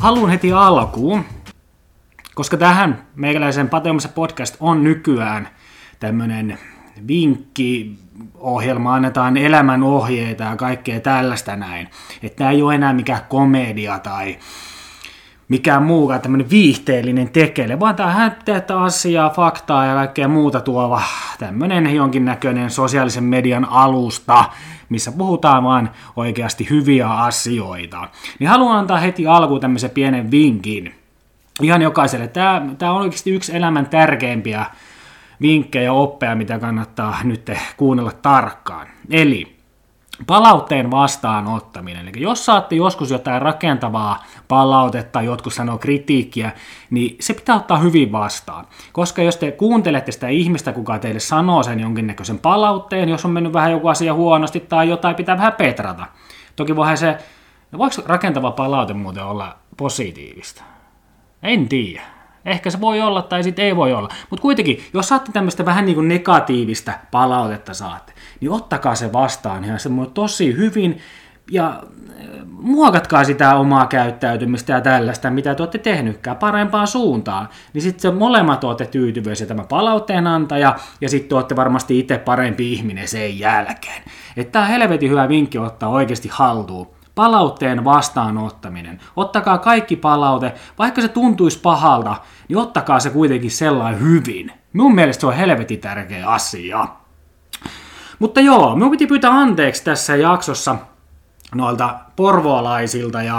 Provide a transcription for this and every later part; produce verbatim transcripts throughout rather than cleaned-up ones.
haluan heti alkuun, koska tähän meikäläisen Patoamassa podcast on nykyään tämmönen vinkkiohjelma, annetaan elämän ohjeita ja kaikkea tällaista näin. Että tämä ei ole enää mikään komedia tai mikään muukaan tämmöinen viihteellinen tekele, vaan tämä hätteettä asiaa, faktaa ja kaikkea muuta tuova tämmöinen jonkinnäköinen sosiaalisen median alusta, missä puhutaan vaan oikeasti hyviä asioita. Niin haluan antaa heti alkuun tämmöisen pienen vinkin ihan jokaiselle. Tämä, tämä on oikeasti yksi elämän tärkeimpiä vinkkejä ja oppeja, mitä kannattaa nyt kuunnella tarkkaan. Eli palautteen vastaanottaminen. Eli jos saatte joskus jotain rakentavaa palautetta, jotkut sanoo kritiikkiä, niin se pitää ottaa hyvin vastaan. Koska jos te kuuntelette sitä ihmistä, kuka teille sanoo sen jonkinnäköisen palautteen, jos on mennyt vähän joku asia huonosti tai jotain pitää vähän petrata. Toki voihan se, voiko rakentava palaute muuten olla positiivista? En tiedä. Ehkä se voi olla tai sitten ei voi olla. Mutta kuitenkin, jos saatte tämmöistä vähän niin kuin negatiivista palautetta saatte, niin ottakaa se vastaan ihan semmoinen tosi hyvin ja muokatkaa sitä omaa käyttäytymistä ja tällaista, mitä te olette tehnytkään parempaan suuntaan. Niin sitten se molemmat olette tyytyväisiä, tämä palautteenantaja ja sitten olette varmasti itse parempi ihminen sen jälkeen. Että tämä on helvetin hyvä vinkki ottaa oikeasti haltuun. Palautteen vastaanottaminen. Ottakaa kaikki palaute, vaikka se tuntuisi pahalta, niin ottakaa se kuitenkin sellainen hyvin. Mun mielestä se on helvetin tärkeä asia. Mutta joo, minun piti pyytää anteeksi tässä jaksossa noilta porvoolaisilta ja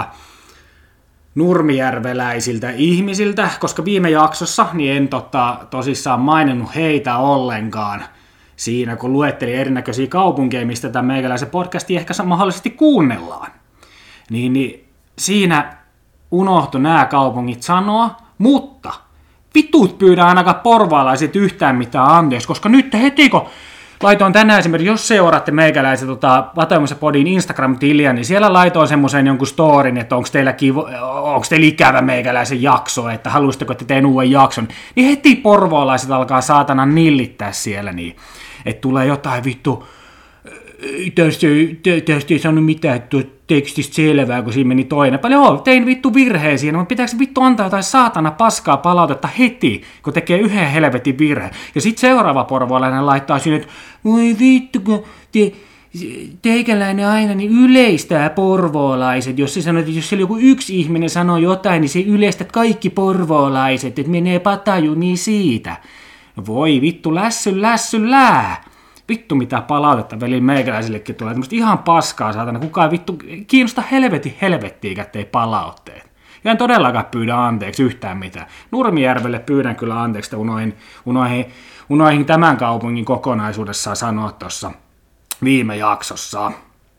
nurmijärveläisiltä ihmisiltä, koska viime jaksossa niin en tota, tosissaan maininnut heitä ollenkaan siinä, kun luettelin erinäköisiä kaupunkeja, mistä tämän meikäläisen podcastin ehkä mahdollisesti kuunnellaan. Niin, niin siinä unohtui nämä kaupungit sanoa, mutta vitut pyydä ainakaan porvaalaiset yhtään mitään anteeksi, koska nyt heti kun laitoin tänään esimerkiksi, jos seuraatte meikäläisen tota, Patoamassa podin Instagram-tiliä, niin siellä laitoin semmoisen jonkun storin, että onko teillä, kivo, onko teillä ikävä meikäläisen jakso, että haluaisitteko, että teen uuden jakson, niin heti porvoolaiset alkaa saatana nillittää siellä, niin että tulee jotain vittu, tästä ei saanut mitään, että tekstistä selvää, kun siinä meni toinen. Paljon joo, tein vittu virheen siinä, mutta pitääkö vittu antaa jotain saatana paskaa palautetta heti, kun tekee yhden helvetin virheen. Ja sitten seuraava porvoolainen laittaa sinne, että voi vittu, kun te, teikäläinen aina niin yleistää porvoolaiset. Jos se sanoo, että jos siellä joku yksi ihminen sanoo jotain, niin se yleistät kaikki porvoolaiset, että menee pataju niin siitä. Voi vittu, lässy, lässy, lää. Vittu mitä palautetta veli meikäläisillekin tulee. Tämmöistä ihan paskaa saatana. Kukaan vittu kiinnosta helvetin helvettiä kättei palautteet. Ja en todellakaan pyydä anteeksi yhtään mitään. Nurmijärvelle pyydän kyllä anteeksi, että unohin, unohin, unohin tämän kaupungin kokonaisuudessaan sanoa tuossa viime jaksossa.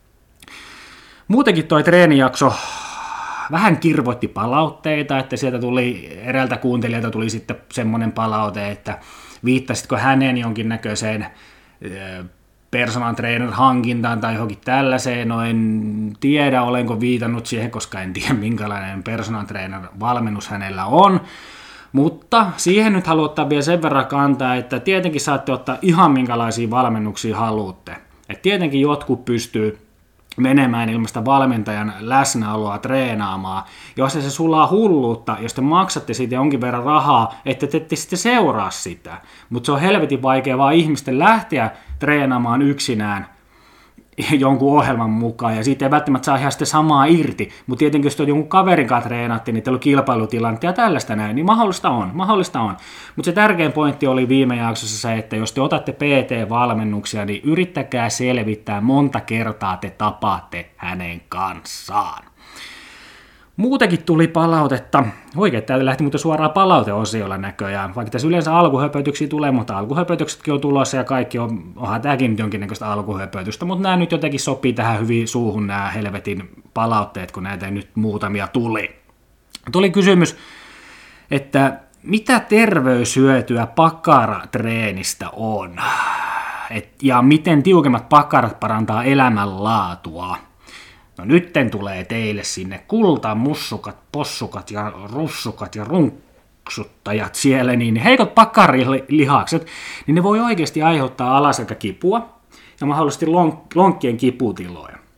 Muutenkin toi treenijakso vähän kirvoitti palautteita, että sieltä tuli eräältä kuuntelijalta tuli sitten semmoinen palaute, että viittasitko hänen jonkinnäköiseen personal trainer hankintaan tai johonkin tällaiseen, no en tiedä, olenko viitannut siihen, koska en tiedä minkälainen personal trainer valmennus hänellä on, mutta siihen nyt haluan ottaa vielä sen verran kantaa, että tietenkin saatte ottaa ihan minkälaisia valmennuksia haluatte, että tietenkin jotkut pystyy menemään ilmasta valmentajan läsnäoloa treenaamaan, jos se sulaa hulluutta, jos te maksatte siitä jonkin verran rahaa, että te ette sitten seuraa sitä. Mutta se on helvetin vaikea vaan ihmisten lähteä treenaamaan yksinään jonkun ohjelman mukaan, ja siitä ei välttämättä saa ihan sitten samaa irti, mutta tietenkin jos te jonkun kaverin kanssa treenaatte, niin teillä on kilpailutilannetta ja tällaista näin, niin mahdollista on, mahdollista on. Mutta se tärkein pointti oli viime jaksossa se, että jos te otatte P T-valmennuksia, niin yrittäkää selvittää monta kertaa te tapaatte hänen kanssaan. Muutenkin tuli palautetta, oikein täältä lähti mutta suoraan palauteosiolla näköjään, vaikka tässä yleensä alkuhöpötyksiä tulee, mutta alkuhöpötyksetkin on tulossa ja kaikki on, onhan tämäkin nyt jonkinnäköistä alkuhöpötystä, mutta nämä nyt jotenkin sopii tähän hyvin suuhun nämä helvetin palautteet, kun näitä nyt muutamia tuli. Tuli kysymys, että mitä terveyshyötyä pakkaratreenistä on Et, ja miten tiukemmat pakkarat parantaa elämänlaatua? No nytten tulee teille sinne kultamussukat, possukat ja russukat ja runksuttajat siellä, niin heikot pakkarilihakset, niin ne voi oikeasti aiheuttaa alaselkäkipua ja mahdollisesti lonk- lonkkien kiputiloja.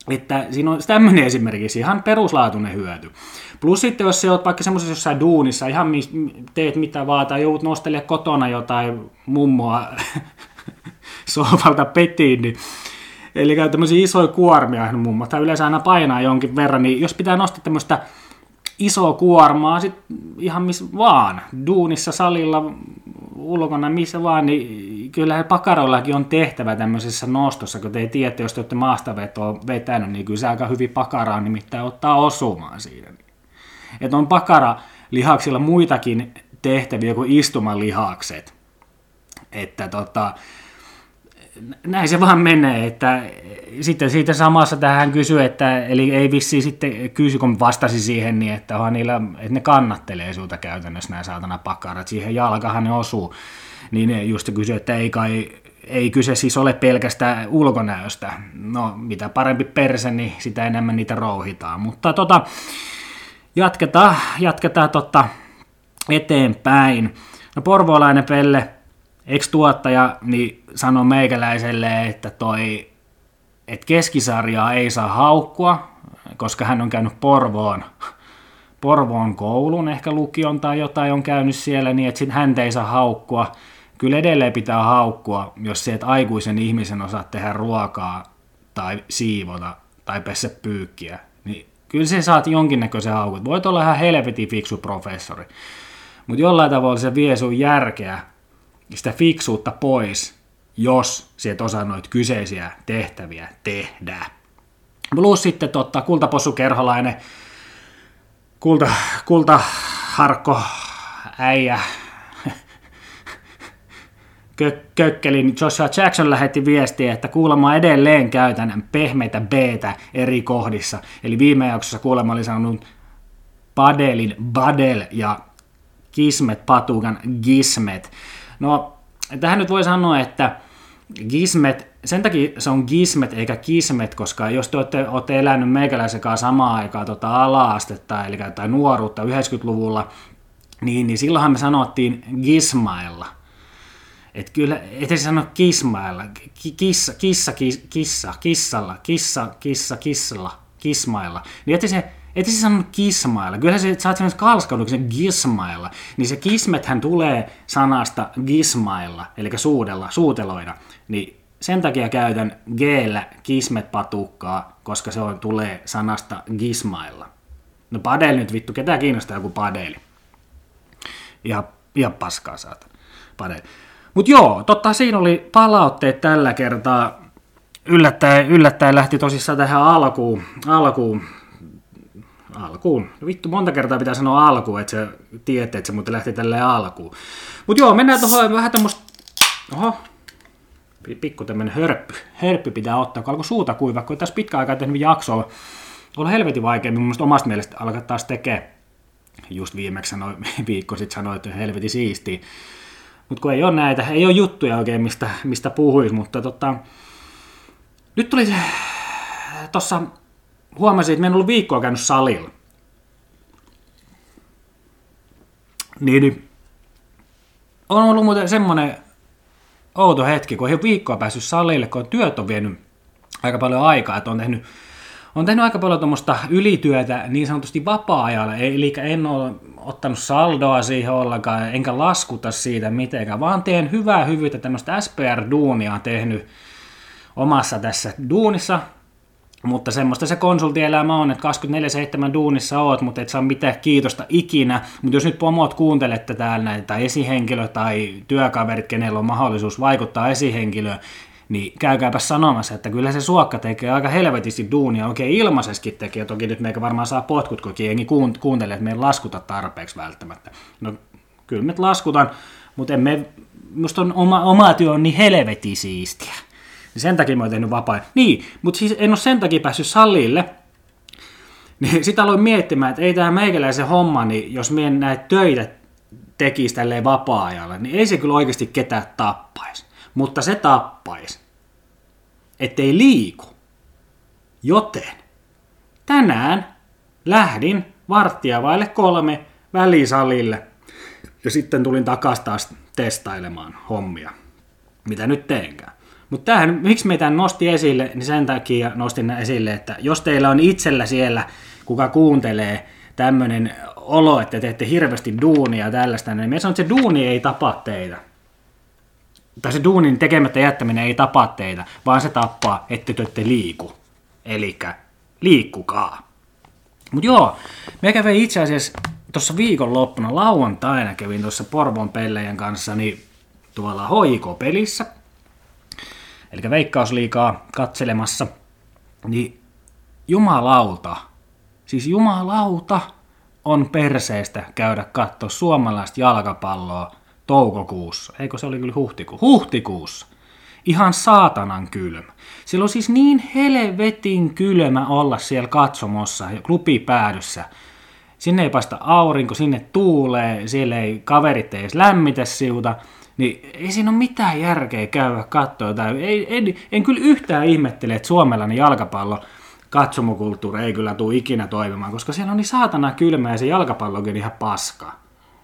Että siinä on tämmöinen esimerkiksi ihan peruslaatuinen hyöty. Plus sitten, jos sä oot vaikka semmoisessa jossain duunissa, ihan teet mitä vaan, tai joudut nostelemaan kotona jotain mummoa sohvalta petiin, niin eli tämmöisiä isoja kuormia, mummo, tai yleensä aina painaa jonkin verran, niin jos pitää nostaa tämmöistä isoa kuormaa, sit ihan missä vaan, duunissa, salilla, ulkona, missä vaan, niin kyllä pakaroillakin on tehtävä tämmöisessä nostossa, kun te ei tiedä, jos te olette maastavetoa vetänyt, niin kyllä se aika hyvin pakaraa nimittäin ottaa osumaan siinä. Että on pakaralihaksilla muitakin tehtäviä kuin istumalihakset. Että tota, näin se vaan menee, että sitten siitä samassa tähän kysyi, että eli ei vissiin sitten kysy, kun vastasi siihen, niin että, onhan niillä, että ne kannattelee sulta käytännössä nämä saatana pakarat, siihen jalkahan ne osuu, niin ne just kysyi, että ei kai, ei kyse siis ole pelkästään ulkonäöstä, no mitä parempi perse, niin sitä enemmän niitä rouhitaan, mutta tota, jatketaan, jatketaan tota eteenpäin. No porvoolainen Pelle, ex-tuottaja, niin sanoi meikäläiselle, että toi, et keskisarjaa ei saa haukkua, koska hän on käynyt Porvoon, Porvoon koulun, ehkä lukion tai jotain on käynyt siellä, niin että sitten häntä ei saa haukkua. Kyllä edelleen pitää haukkua, jos se et aikuisen ihmisen osaa tehdä ruokaa tai siivota tai pessä pyykkiä, niin kyllä se saat jonkinnäköisen haukut. Voit olla ihan helvetin fiksu professori, mutta jollain tavalla se vie sun järkeä, sitä fiksuutta pois, jos sä et osaa noita kyseisiä tehtäviä tehdä. Plus sitten totta, Kultapossu Kerholainen, kulta, kultaharkko, äijä, Kö, kökkelin, Joshua Jackson lähetti viestiä, että kuulemma edelleen käytän pehmeitä B:tä eri kohdissa. Eli viime jaksossa kuulemma oli sanonut padelin badel ja kismet patukan gismet. No, tähän nyt voi sanoa, että gismet, sen takia se on gismet eikä kismet, koska jos te olette, olette elänyt meikäläisen kanssa samaan aikaan tota ala-astetta, eli tai nuoruutta yhdeksänkymmentäluvulla, niin, niin silloinhan me sanottiin gismailla. Että kyllä, ettei se sano kismailla, kissa, kissa, kissa, kissalla, kissa, kissa, kissalla, kismailla, niin ettei se Että se sanonut kismailla. Kyllähän se, sä oot sellainen kalskauduksen gismailla. Niin se kismethän tulee sanasta gismailla, eli suudella, suuteloida. Niin sen takia käytän G:llä kismet patukkaa, koska se on, tulee sanasta gismailla. No padel nyt vittu, ketään kiinnostaa joku padeli. Ja, ja paskaa saatan. Padel. Mut joo, totta siinä oli palautteet tällä kertaa. Yllättäen, yllättäen lähti tosissaan tähän alkuun. alkuun. Alkuun. No vittu, monta kertaa pitää sanoa alkuun, että se tiedätte, että se muuten lähti tälleen alkuun. Mut joo, mennään tuohon vähän tämmöstä... Oho. Pikku tämmönen hörppy. Hörppy pitää ottaa, kun alkoi suuta kuivaa, kun tässä pitkä aikaa tehnyt jaksoa. On helvetin vaikea, mun mielestä omasta mielestä alkaa taas tekee. Just viimeksi sanoi, viikko sitten sanoi, että helvetin siistiä. Mut kun ei ole näitä, ei ole juttuja oikein, mistä, mistä puhuisi, mutta tota... Nyt tuli se... Tossa... Huomasin, että mä en ollut viikkoa käynyt salilla. Niin, niin on ollut muuten semmoinen outo hetki, kun ei ole viikkoa päässyt salille, kun työt on vienyt aika paljon aikaa, että on tehnyt, on tehnyt aika paljon tuommoista ylityötä niin sanotusti vapaa-ajalla, eli en ole ottanut saldoa siihen ollenkaan, enkä laskuta siitä mitenkään, vaan teen hyvää hyvyyttä, tämmöistä S P R-duunia tehnyt omassa tässä duunissa. Mutta semmoista se konsultielämä on, että kaksikymmentäneljä seitsemän duunissa oot, mutta et saa mitään kiitosta ikinä. Mutta jos nyt pomot kuuntelette täällä näitä, tai esihenkilö tai työkaverit, kenellä on mahdollisuus vaikuttaa esihenkilöön, niin käykääpä sanomassa, että kyllä se suokka tekee aika helvetisti duunia, oikein ilmaiseskin tekee. Toki nyt meikä varmaan saa potkut, kun jengi kuuntelee, että me ei laskuta tarpeeksi välttämättä. No kyllä me laskutan, mutta emme, musta on oma, oma työ on niin helvetin siistiä. Sen takia mä oon tehnyt vapaa. Niin, mutta siis en ole sen takia päässyt salille. Niin sitä aloin miettimään, että ei tämä meikäläisen homma, niin jos mä näitä töitä tekisi tälleen vapaa-ajalla, niin ei se kyllä oikeasti ketään tappaisi. Mutta se tappaisi, ettei liiku. Joten tänään lähdin varttia vaille kolme välisalille ja sitten tulin takaisin taas testailemaan hommia. Mitä nyt teenkään. Mutta tämähän, miksi me tämän nosti esille, niin sen takia nostin esille, että jos teillä on itsellä siellä, kuka kuuntelee, tämmöinen olo, että teette hirveästi duunia ja tällaista, niin minä sanon, että se duuni ei tapa teitä. Tai se duunin tekemättä jättäminen ei tapa teitä, vaan se tappaa, että te ette liiku. Elikkä liikkukaa. Mutta joo, me kävin itse asiassa tuossa viikonloppuna, lauantaina kävin tuossa Porvoon pellejen kanssa niin tuolla H I K-pelissä, eli Veikkausliigaa katselemassa, niin jumalauta, siis jumalauta on perseestä käydä katsoa suomalaista jalkapalloa toukokuussa, eikö se oli kyllä huhtikuussa, huhtikuussa, ihan saatanan kylmä. Siellä on siis niin helvetin kylmä olla siellä katsomossa ja klubipäädyssä. Sinne ei paista aurinko, sinne tuulee, siellä ei kaverit edes lämmitä siuta, niin ei siinä ole mitään järkeä käydä katsoa. Tai ei, en, en kyllä yhtään ihmettele, että suomalainen jalkapallo katsomokulttuuri ei kyllä tule ikinä toimimaan, koska siellä on niin saatana kylmä ja se jalkapallokin on ihan paskaa.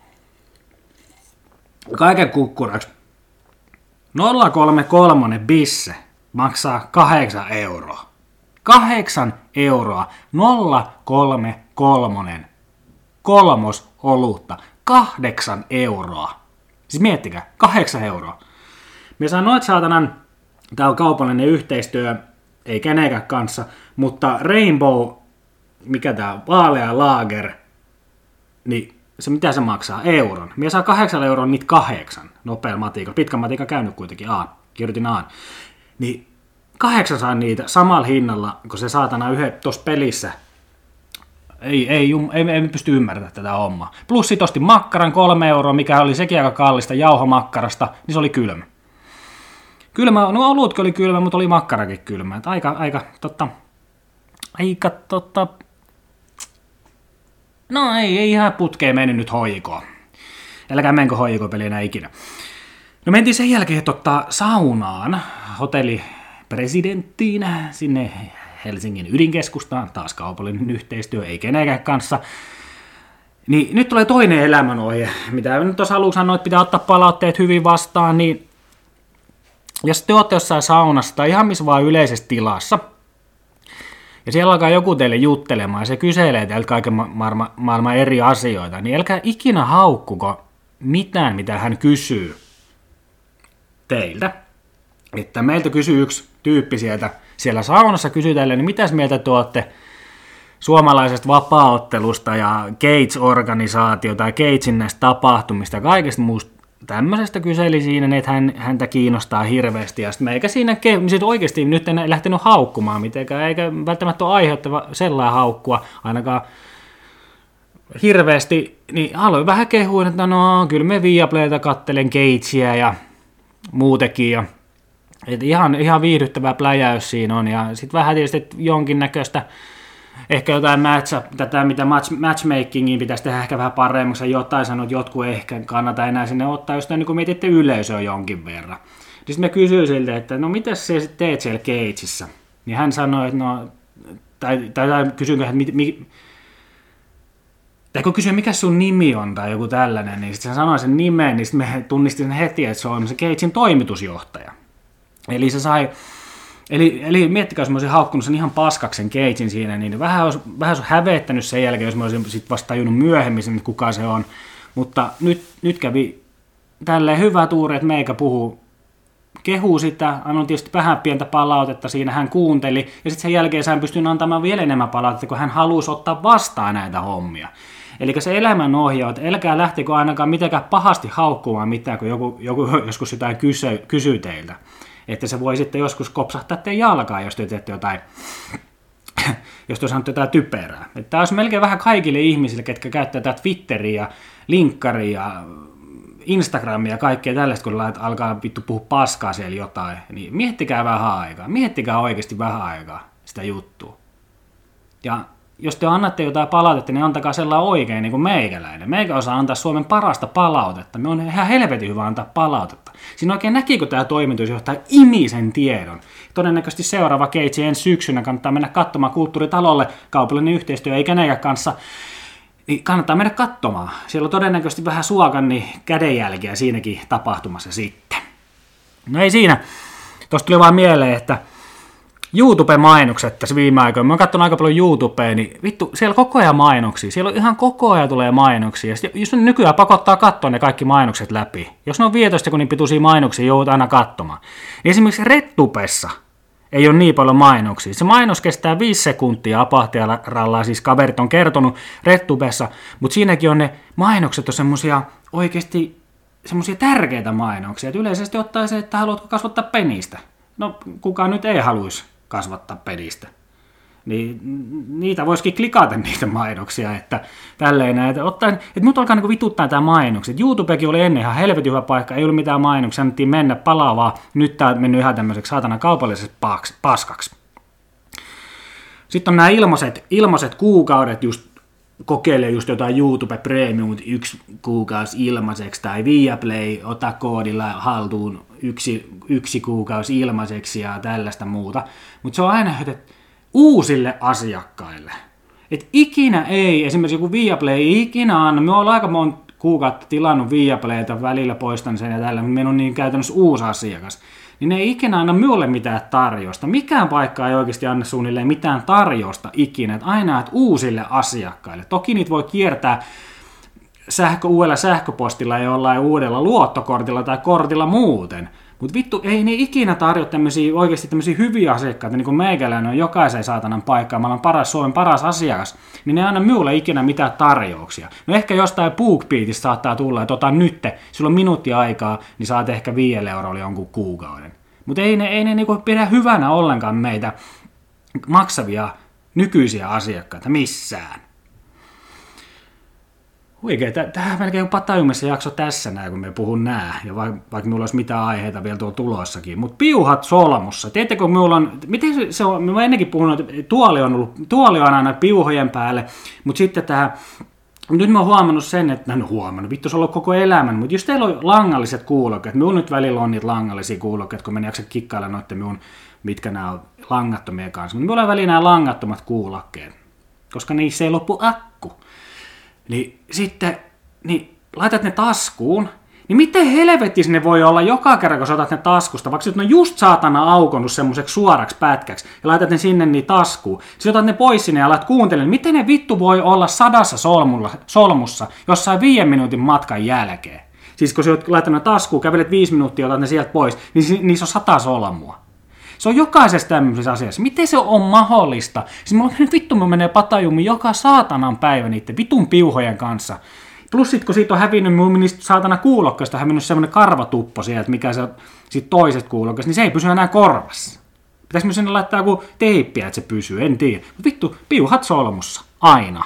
Kaiken kukkuraksi nolla kolme kolme bisse maksaa kahdeksan euroa. Kahdeksan euroa. nolla kolme kolme kolmos olutta. Kahdeksan euroa. Siis miettikää, kahdeksan euroa. Me sanoin, että saatanan, tää on kaupallinen yhteistyö, ei kenenkään kanssa, mutta Rainbow, mikä tää on, vaalea lager, niin se mitä se maksaa? Euron. Mie saa kahdeksan euroa niitä kahdeksan nopealla matikalla. Pitkän matikan käynyt kuitenkin A. Kirjoitin A. Niin kahdeksan saa niitä samalla hinnalla, kun se saatana yhden tuossa pelissä. Ei, ei, ei, ei pysty ymmärtämään tätä hommaa. Plus sit osti makkaran kolme euroa, mikä oli sekin aika kallista jauhomakkarasta, niin se oli kylmä. Kylmä, no olutkin oli kylmä, mutta oli makkarakin kylmä. Et aika, aika, totta, aika, totta, no ei, ei ihan putkeen mennyt nyt hoikoon. Älkää menkö hoikoon-peliä enää ikinä. No mentiin sen jälkeen totta saunaan, hotellipresidenttiin, sinne Helsingin ydinkeskustaan, taas kaupallinen yhteistyö, ei kenenkään kanssa. Niin nyt tulee toinen elämänohje, mitä nyt tuossa aluksi sanoin, että pitää ottaa palautteet hyvin vastaan, niin jos te olette jossain saunassa tai ihan missä vaan yleisessä tilassa, ja siellä alkaa joku teille juttelemaan ja se kyselee teiltä kaiken ma- maailman eri asioita, niin älkää ikinä haukkuko mitään, mitä hän kysyy teiltä. Että meiltä kysyy yksi tyyppi sieltä, siellä saunassa kysyy teille, niin mitäs mieltä tuotte suomalaisesta vapaaottelusta ja Gates-organisaatiota ja Gatesin näistä tapahtumista ja kaikesta muusta tämmöisestä kyseli siinä, että hän, häntä kiinnostaa hirveästi. Ja sitten meikä siinä ke- oikeasti nyt en lähtenyt haukkumaan mitenkään, eikä välttämättä ole aiheuttava sellainen haukkua ainakaan hirveästi. Niin aloin vähän kehuin, että no kyllä me Viaplayta kattelen Gatesia ja muutenkin. Ja, et ihan, ihan viihdyttävä pläjäys siinä on. Ja sitten vähän tietysti jonkinnäköistä ehkä jotain match, tätä, mitä match, matchmakingiin pitäisi tehdä ehkä vähän paremmin, jotain sanoo, että jotkut ehkä kannata enää sinne ottaa, jos te niin mietitte yleisöä jonkin verran. Sitten me kysyin siltä, että no mitäs sä sitten teet siellä Gatesissa? Niin hän sanoi, että no, tai, tai, tai kysynkö, että mi, mi, tai kun kysyin, mikä sun nimi on tai joku tällainen, niin sitten hän sanoi sen nimen, niin sitten me tunnistin sen heti, että se on se Gatesin toimitusjohtaja. Eli se sai Eli, eli miettikää, jos mä olisin haukkunut sen ihan paskaksen Gatesin siinä, niin vähän olisi, vähän olisi hävettänyt sen jälkeen, jos mä olisin sit vasta tajunnut myöhemmin sen, kuka se on. Mutta nyt, nyt kävi tälleen hyvä tuuri, että meikä puhuu, kehuu sitä, annoin tietysti vähän pientä palautetta siinä, hän kuunteli, ja sitten sen jälkeen hän pystyi antamaan vielä enemmän palautetta, kun hän halusi ottaa vastaan näitä hommia. Eli se elämän ohjaa, että älkää lähtikö ainakaan mitenkään pahasti haukkumaan mitään, kun joku, joku joskus jotain kysyy, kysyy teiltä. Että se voi sitten joskus kopsahtaa teidän jalkaan, jos te teette jotain, jos te sanotte jotain typerää. Että tämä olisi melkein vähän kaikille ihmisille, ketkä käyttää tätä Twitteriä, linkkaria, Instagramia ja kaikkea tällaista, kun alkaa vittu puhua paskaa siellä jotain. Niin miettikää vähän aikaa, miettikää oikeasti vähän aikaa sitä juttua. Ja jos te annatte jotain palautetta, niin antakaa sellainen oikein niin kuin meikäläinen. Meikä osaa antaa Suomen parasta palautetta. Me on ihan helvetin hyvä antaa palautetta. Siinä oikein näkikö tämä toimitusjohtaja imi sen tiedon. Todennäköisesti seuraava keitsi ensi syksynä kannattaa mennä katsomaan Kulttuuritalolle, kaupallinen yhteistyö ei kenenkään kanssa. Niin kannattaa mennä katsomaan. Siellä on todennäköisesti vähän suokan niin kädenjälkeä siinäkin tapahtumassa sitten. No ei siinä. Tuosta tuli vaan mieleen, että YouTube-mainokset tässä viime aikoina, mä oon katsonut aika paljon YouTubea, niin vittu, siellä koko ajan mainoksia, siellä on ihan koko ajan tulee mainoksia, ja jos nykyään pakottaa katsoa ne kaikki mainokset läpi, jos ne on viisitoista sekunnin pituisia mainoksia, joudut aina katsomaan. Niin esimerkiksi RedTubessa ei ole niin paljon mainoksia. Se mainos kestää viisi sekuntia apahtiaralla, siis kaverit on kertonut RedTubessa, mutta siinäkin on ne mainokset on semmosia oikeasti semmosia tärkeitä mainoksia, että yleisesti ottaa se, että haluatko kasvattaa penistä. No, kukaan nyt ei haluaisi kasvattaa penistä. Niin niitä voisikin klikata niitä mainoksia, että tälleen näitä. Ottaen, että mut alkaa niinku vituttaa tämä mainokset. YouTubekin oli ennen ihan helvetin hyvä paikka, ei ollut mitään mainoksia, annettiin mennä palavaa. Nyt tää on mennyt ihan tämmöiseksi saatana kaupalliseksi paskaksi. Sitten on nämä ilmaiset, ilmaiset kuukaudet, just kokeilee just jotain YouTube Premium, yksi kuukausi ilmaiseksi, tai Viaplay, ota koodilla haltuun yksi, yksi kuukausi ilmaiseksi ja tällaista muuta. Mutta se on aina että uusille asiakkaille. Et ikinä ei, esimerkiksi joku Viaplay ei ikinä anna, me ollaan aika monta kuukautta tilannut Viaplayta, välillä poistan sen ja tällä, mutta meillä on niin käytännössä uusi asiakas. Niin ne ei ikinä anna minulle mitään tarjosta. Mikään paikka ei oikeasti anna suunnilleen mitään tarjosta ikinä. Et aina että uusille asiakkaille. Toki niitä voi kiertää sähkö, uudella sähköpostilla ja jollain uudella luottokortilla tai kortilla muuten. Mutta vittu, ei ne ikinä tarjoa tämmöisiä, oikeasti tämmöisiä hyviä asiakkaita, niin kuin meikäläinen on jokaisen saatanan paikkaan, mä olen paras, Suomen paras asiakas, niin ne ei anna minulle ikinä mitään tarjouksia. No ehkä jostain BookBeatista saattaa tulla, että ota nytte, sulla on minuutti aikaa, niin saat ehkä viidellä eurolla jonkun kuukauden. Mutta ei ne, ei ne niinku pidä hyvänä ollenkaan meitä maksavia nykyisiä asiakkaita missään. Huikea, tämähän melkein jopa tajumissa jakso tässä näin, kun me puhun nää, ja vaikka, vaikka minulla olisi mitään aiheita vielä tuolla tulossakin. Mutta piuhat solmussa, tiedättekö, minulla on, miten se, se on, mä oon ennenkin puhunut, että tuoli on, ollut, tuoli on aina piuhojen päälle, mutta sitten tämä, nyt mä oon huomannut sen, että, no huomannut, vittu se on ollut koko elämän, mutta jos teillä on langalliset kuulokkeet, minulla nyt välillä on niitä langallisia kuulokkeet, kun mä en jaksa kikkailla noitten minun, mitkä nämä on langattomia kanssa, mutta minulla on välillä nämä langattomat kuulokkeet, koska niissä ei loppu akku. Niin sitten, niin laitat ne taskuun, niin miten helvetissä ne voi olla joka kerran, kun sä otat ne taskusta, vaikka ne on just saatana aukonut semmoiseksi suoraksi pätkäksi, ja laitat ne sinne niin taskuun, sitten otat ne pois sinne ja alat kuuntelemaan, miten ne vittu voi olla sadassa solmulla, solmussa jossain viiden minuutin matkan jälkeen. Siis kun sä oot laittanut ne taskuun, kävelet viisi minuuttia ja otat ne sieltä pois, niin niissä on sata solmua. Se on jokaisessa tämmöisessä asiassa. Miten se on mahdollista? Siis mulla on vittu, mä menee patajummin joka saatanan päivä niiden vitun piuhojen kanssa. Plus sit, kun siitä on hävinnyt, mun niistä saatana kuulokkeista on hävinnyt semmoinen karvatuppo sieltä, mikä se on siitä toisesta kuulokkeesta, niin se ei pysy enää korvassa. Pitäis myös sinne laittaa joku teippiä, että se pysyy, en tiedä. Mutta vittu, piuhat solmussa. Aina.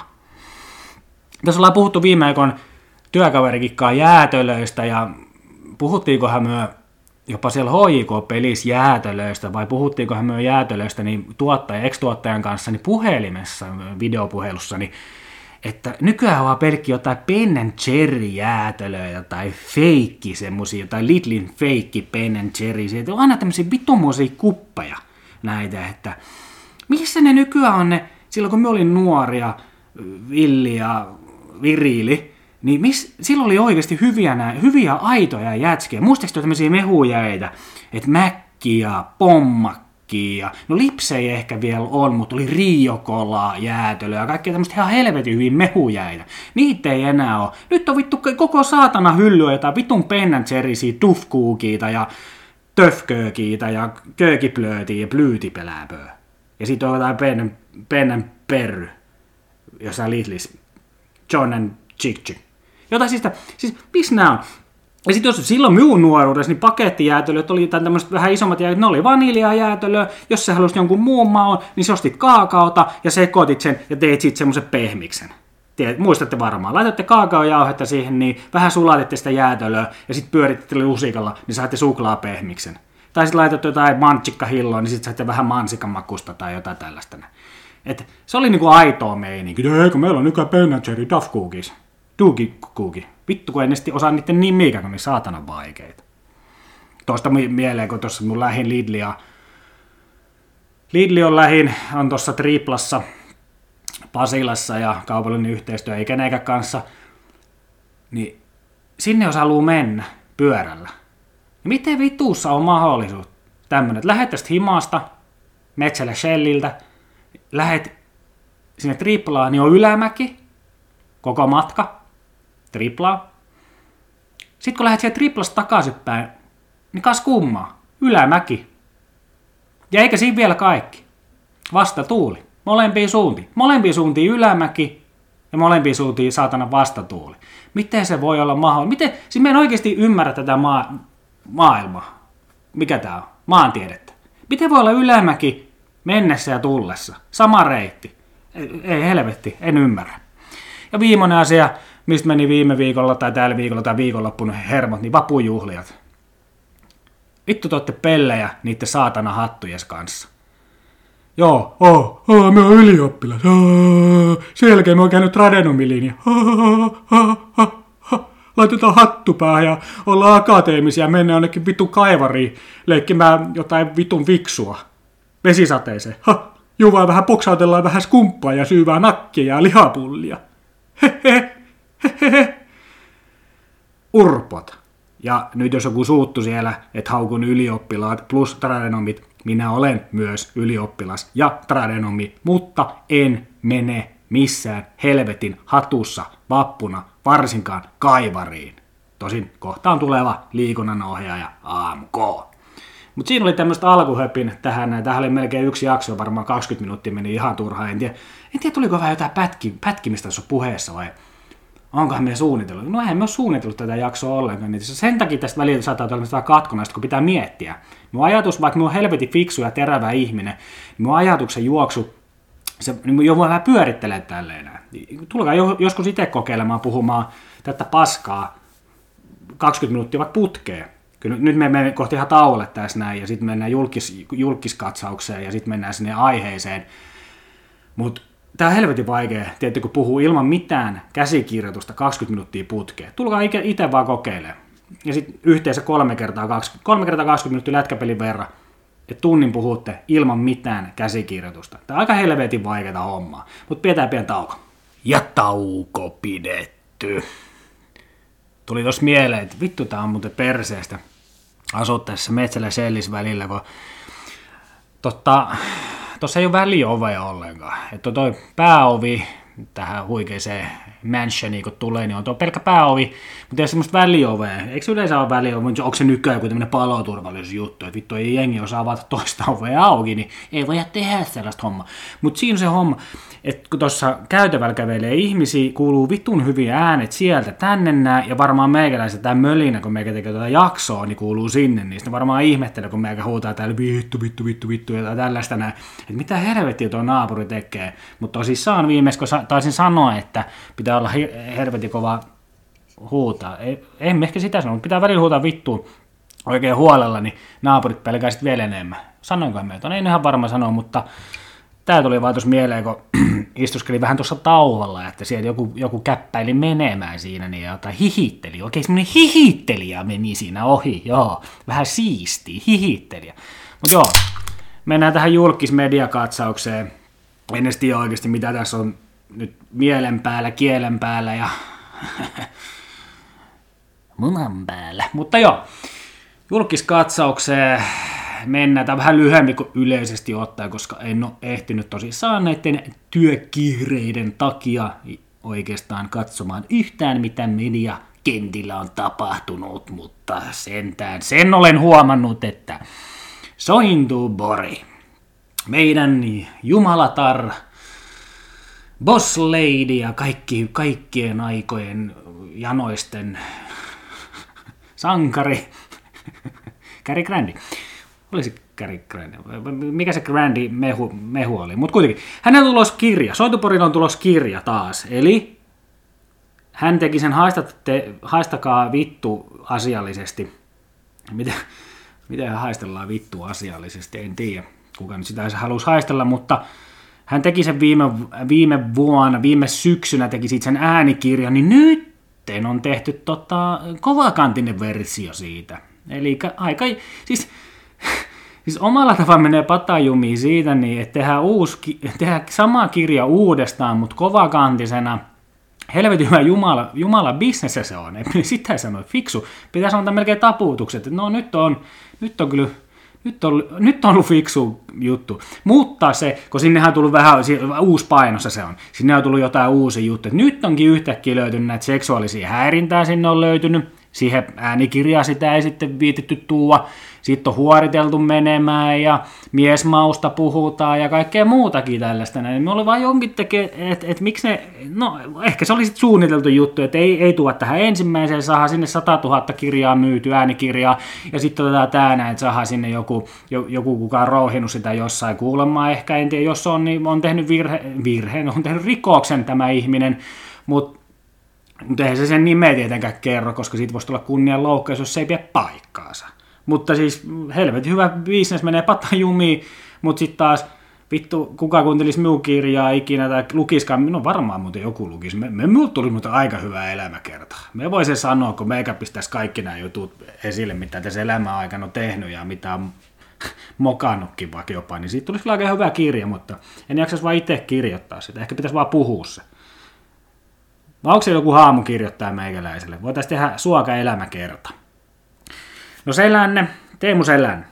Tässä ollaan puhuttu viime aikoina työkaverikikkaan jäätölöistä ja puhuttiinkohan myö jopa siellä H J K-pelissä jäätölöistä, vai puhuttiinkohan me jäätölöistä niin tuottaja, ex-tuottajan kanssa niin puhelimessa, videopuhelussa, niin, että nykyään on pelkki jotain Ben and Jerry jäätölöitä tai feikki semmosia, jotain Lidlin feikki Ben and Jerry, sieltä on aina tämmöisiä vitumuisia kuppeja näitä, että missä ne nykyään on ne, silloin kun me olin nuoria, villi ja viriili, niin miss, silloin oli oikeasti hyviä, nää, hyviä aitoja jätskiä. Muistatko tämmöisiä mehujäitä, että mäkkiä ja pommakkia, no lipsejä ehkä vielä on, mutta oli riokolaa, jäätölöä ja kaikkea tämmöistä ihan helvetin hyviä mehujäitä. Niitä ei enää ole. Nyt on vittu koko saatana hyllyä jotain vitun pennantserisiä tufkuukiita ja töfköökiitä ja köökiplöötiä ja plyytipeläpöä. Ja sitten on jotain pennen, pennen perry, jossain Lidlis, John and Chick Chick. Jotain siis, siis missä nämä on? Ja sitten jos silloin minun nuoruudessa, niin pakettijäätelöt oli tämmöiset vähän isommat jäätelöt, ne oli vaniljajäätelöä, jos sä halusit jonkun muun maun, niin sä ostit kaakaota ja sekoitit sen ja teit sitten semmoisen pehmiksen. Tiedät, muistatte varmaan, laitatte kaakaojauhetta siihen, niin vähän sulatitte sitä jäätelöä ja sitten pyöritte lusikalla, niin saatte suklaapehmiksen. Tai sitten laitatte jotain mantsikkahilloa, niin sitten saatte vähän mansikan makusta tai jotain tällaista. Et se oli niinku aitoa meininki. Eikö meillä on nykyään Ben and Jerry Duff Cookies. Doogie Cookie. Vittu kun en esti osaa niiden niin mikä, kun niin saatanan vaikeita. Tuosta mieleen, kun tuossa mun lähin Lidli ja Lidli on lähin, on tuossa Triplassa, Pasilassa ja kaupallinen yhteistyö eikä neikä kanssa, niin sinne jos haluaa mennä pyörällä. Ja miten vituussa on mahdollisuus tämmönen, että lähet tästä himasta, metsällä Shelliltä, lähet sinne triplaan, niin on ylämäki, koko matka, triplaa. Sitten kun lähdet sieltä triplasta takaisinpäin, niin kas kummaa, ylämäki. Ja eikä siinä vielä kaikki. Vasta tuuli. Molempiin suuntiin. Molempiin suuntiin ylämäki ja molempiin suuntiin saatana vastatuuli. Miten se voi olla mahdollista? Miten? Siis mä en oikeasti ymmärrä tätä maa, maailmaa. Mikä tää on? Maantiedettä. Miten voi olla ylämäki mennessä ja tullessa? Sama reitti. Ei, ei helvetti, en ymmärrä. Ja viimeinen asia, mistä meni viime viikolla tai tällä viikolla tai viikonloppuna hermot, niin vapujuhliat. Vittu te ootte pellejä niitten saatana hattujes kanssa. Joo, oo, oo, me oon ylioppilas. Oo, sen jälkeen me oon käynyt tradenomilinja. Laitetaan hattu päähän ja ollaan akateemisia ja mennään jonnekin vitun kaivariin leikkimään jotain vitun viksua. Vesisateeseen. Ha, juvaa vähän poksautellaan vähän skumppaa ja syyvää nakkia ja lihapullia. Hehe, hehe. Urpot. Ja nyt jos joku suuttu siellä, että haukun ylioppilaat plus tradenomit, minä olen myös ylioppilas ja tradenomi, mutta en mene missään helvetin hatussa vappuna, varsinkaan kaivariin. Tosin kohtaan tuleva liikunnanohjaaja A M K. Mutta siinä oli tämmöistä alkuhöpin tähän. Tähän oli melkein yksi jakso, varmaan kaksikymmentä minuuttia meni ihan turhaan. En tiedä, en tiedä tuliko vähän jotain pätki, pätkimistä tuossa puheessa vai onkohan me suunnitellut. No eihän me ole suunnitellut tätä jaksoa ollenkaan. Niin sen takia tästä välillä saattaa olla katkonaista, kun pitää miettiä. Mun ajatus, vaikka minun on helvetin fiksu ja terävä ihminen, niin mun ajatuksen juoksu, se niin jo voi vähän pyörittelee tälleen. Tulkaa joskus itse kokeilemaan puhumaan tätä paskaa kaksikymmentä minuuttia vaikka putkeen. Kyllä nyt me mennään kohti ihan tauolle tässä näin, ja sitten mennään julkis, julkiskatsaukseen, ja sitten mennään sinne aiheeseen. Mutta tämä on helvetin vaikea, tietysti kun puhuu ilman mitään käsikirjoitusta kaksikymmentä minuuttia putkeen. Tulkaa itse vaan kokeilemaan. Ja sitten yhteensä kolme kertaa kaksikymmentä, kolme kertaa kaksikymmentä minuuttia lätkäpelin verran, että tunnin puhutte ilman mitään käsikirjoitusta. Tämä on aika helvetin vaikeaa hommaa, mutta pidetään pieni tauko. Ja tauko pidetty. Tuli tossa mieleen, että vittu tää on muuten perseestä asua tässä metsällä sellis välillä, kun totta, tossa ei ole väliovea ollenkaan. Että toi pääovi tähän huikeeseen mansioniin, kun tulee, niin on tuo pelkkä pääovi, mutta ei ole semmoista väliovea. Eikö yleensä ole väliovea, mutta onko se nykyään joku tämmöinen paloturvallisuusjuttu, että vittu ei jengi osaa avata toista ovea auki, niin ei voi tehdä sellaista hommaa. Mutta siinä on se homma, että kun tuossa käytävällä kävelee ihmisiä, kuuluu vittun hyviä äänet sieltä tänne nää, ja varmaan meikäläiset tämä mölinä, kun meikä tekee tätä jaksoa, niin kuuluu sinne, niin sitten varmaan ihmettelee, kun meikä huutaa täällä vittu, vittu, vittu, vittu, ja tällaista näin, että mitä helvettiä tuo naapuri tekee. Mutta tosissaan viimeis, kun taisin sanoa, että pitää olla helvetin kova huutaa. Ei, en ehkä sitä sano, mutta pitää välillä huutaa vittuun oikein huolella, niin naapurit pelkää sitten vielä enemmän. Sanoinkohan meitä? No, en ihan varma sanoa, mutta tää tuli vaan tuossa mieleen, kun istuskeli vähän tuossa tauolla, että siellä joku, joku käppäili menemään siinä, niin jotain hihitteli. Oikein semmoinen hihittelijä meni siinä ohi, joo. Vähän siistiä, hihittelijä. Mutta joo, mennään tähän julkismediakatsaukseen. En edes tiedä oikeasti, mitä tässä on nyt mielen päällä, kielen päällä ja munan päällä. Mutta joo, julkiskatsaukseen mennään. Tämä on vähän lyhyempi kuin yleisesti ottaen, koska en ole ehtinyt tosissaan näiden työkiireiden takia oikeastaan katsomaan yhtään, mitä mediakentillä on tapahtunut, mutta sentään sen olen huomannut, että Sointu Bori, meidän jumalatar, boss lady ja kaikki, kaikkien aikojen janoisten sankari, Cary Grandi. Olisi Cary Grandi. Mikä se Grandi mehu, mehu oli? Mutta kuitenkin, hänellä on tulos kirja. Sointu Borilla on tulos kirja taas. Eli hän teki sen haistatte, haistakaa vittu asiallisesti. Miten, miten haistellaan vittu asiallisesti? En tiedä, kuka nyt sitä halusi haistella, mutta hän teki sen viime, viime vuonna, viime syksynä teki siitä sen äänikirjan, niin nyt on tehty tota, kovakantinen versio siitä. Eli aika, siis, siis omalla tavalla menee patajumiin siitä, niin että tehdään, uusi, tehdään sama kirja uudestaan, mutta kovakantisena. Helvetin hyvä Jumala, Jumala bisnes se on, ei sitä sanoa fiksu. Pitää sanoa melkein taputukset, että no nyt on, nyt on kyllä, Nyt on, nyt on ollut fiksu juttu. Mutta se, kun sinnehän on tullut vähän, uusi painossa se on, sinne on tullut jotain uusia juttuja. Nyt onkin yhtäkkiä löytynyt näitä seksuaalisia häirintää, sinne on löytynyt. Siihen äänikirjaa sitä ei sitten viitetty tuua. Sitten on huoriteltu menemään ja miesmausta puhutaan ja kaikkea muutakin tällaista. Me oli vaan jonkin tekee, että et miksi ne, no ehkä se oli sitten suunniteltu juttu, että ei, ei tuoda tähän ensimmäiseen, saadaan sinne sata tuhatta kirjaa myyty, äänikirjaa, ja sitten otetaan tämä näin, että saadaan sinne joku, joku kuka on rouhinut sitä jossain kuulemaan, ehkä en tiedä, jos on, niin on tehnyt virhe, virheen, on tehnyt rikoksen tämä ihminen, mutta Mutta eihän se sen nimeä tietenkään kerro, koska siitä voisi tulla kunnianloukkaus, jos se ei pidä paikkaansa. Mutta siis helvetin hyvä business menee patan jumiin, mutta sitten taas vittu, kuka kuuntelisi minun kirjaa ikinä tai lukiskaan, no varmaan muuten joku lukisi. Me, me minulta tuli muuten aika hyvä elämäkerta. Me voisin sanoa, kun meikä pistäisi kaikki nämä jutut esille, mitä tässä elämän aikana on tehnyt ja mitä on mokannutkin vaikka jopa, niin siitä tulisi kyllä aika hyvä kirja, mutta en jaksaisi vaan itse kirjoittaa sitä. Ehkä pitäisi vaan puhua se. Vai onko se joku haamu kirjoittaa meikäläiselle? Voitaisiin tehdä suoka elämäkerta. No Selänne, Teemu Selänne.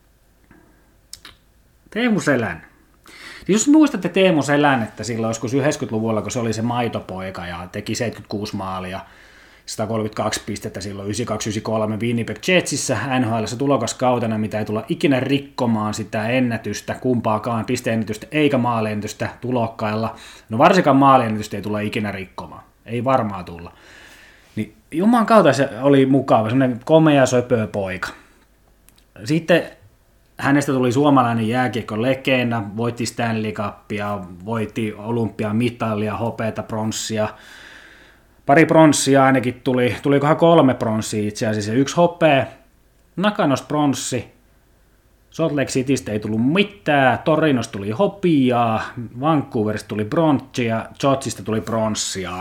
Teemu Selänne. Siis jos muistatte Teemu Selännettä silloin joskus yhdeksänkymmentäluvulla, kun se oli se maitopoika ja teki seitsemänkymmentäkuusi maalia, sata kolmekymmentäkaksi pistettä silloin yhdeksänkymmentäkaksi yhdeksänkymmentäkolme Winnipeg Jetsissä N H L:ssä tulokaskautena, mitä ei tulla ikinä rikkomaan sitä ennätystä, kumpaakaan pisteennätystä eikä maaliennätystä tulokkailla. No varsinkaan maaliennätystä ei tulla ikinä rikkomaan. Ei varmaan tulla. Niin juman kautta se oli mukava, semmoinen komea söpö poika. Sitten hänestä tuli suomalainen jääkiekon legenda, voitti Stanley Cupia, voitti olympiamitalia, hopeata, pronssia. Pari pronssia ainakin tuli, tulikohan kolme pronssia itse asiassa, yksi hopea, Nakanost pronssi, Salt Lake Citystä ei tullut mitään, Torinosta tuli hopiaa, Vancouverista tuli bronzia, Jotsista tuli pronssia.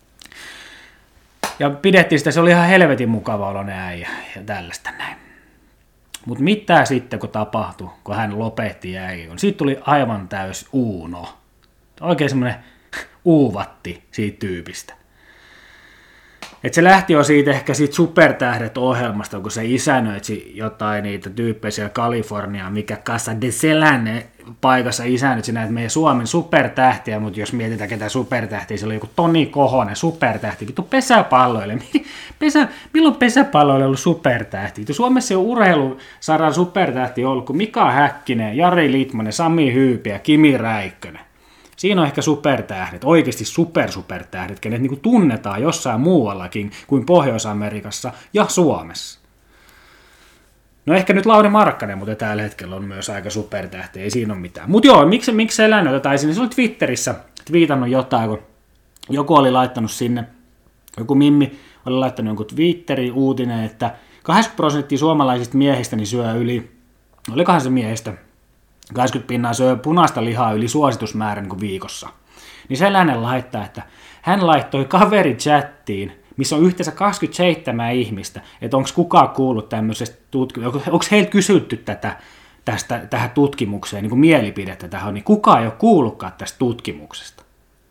Ja pidettiin sitä, se oli ihan helvetin mukava oloinen äijä ja tällaista näin. Mutta mitä sitten, kun tapahtui, kun hän lopetti jääkiekon? Siitä tuli aivan täys uuno. Oikein semmoinen uuvatti siitä tyypistä. Et se lähti jo siitä ehkä siitä Supertähdet-ohjelmasta, kun se isännöitsi jotain niitä tyyppejä siellä Kaliforniaan, mikä Casa de Selänne paikassa isännöitsi näitä meidän Suomen supertähtiä, mutta jos mietitään ketä supertähtiä, se oli joku Toni Kohonen, supertähti, vittu pesäpalloille. Pesä, milloin pesäpalloille on ollut supertähti? Suomessa ei ole urheilusarjan supertähti ollut kuin Mika Häkkinen, Jari Litmanen, Sami Hyypi ja Kimi Räikkönen. Siinä on ehkä supertähdet, oikeasti supersupertähdet, kenet niin kuin tunnetaan jossain muuallakin kuin Pohjois-Amerikassa ja Suomessa. No ehkä nyt Lauri Markkanen, mutta tällä hetkellä on myös aika supertähti, ei siinä ole mitään. Mutta joo, miksi, miksi Selänne otetaan sinne? Se oli Twitterissä twiitannut jotain, kun joku oli laittanut sinne, joku mimmi oli laittanut jonkun Twitterin uutinen, että kahdeksankymmentä prosenttia suomalaisista miehistä niin syö yli, olikohan se miehistä, kaksikymmentä pinnaa syö punaista lihaa yli suositusmäärän niin kuin viikossa. Niin Selänne laittaa, että hän laittoi kaverichattiin, missä on yhteensä kaksikymmentäseitsemän ihmistä, että onko kukaan kuullut tämmöisestä tutkimuksesta, onko heiltä kysytty tätä, tästä, tähän tutkimukseen, niin kuin mielipidettä tähän, niin kukaan ei ole kuullutkaan tästä tutkimuksesta.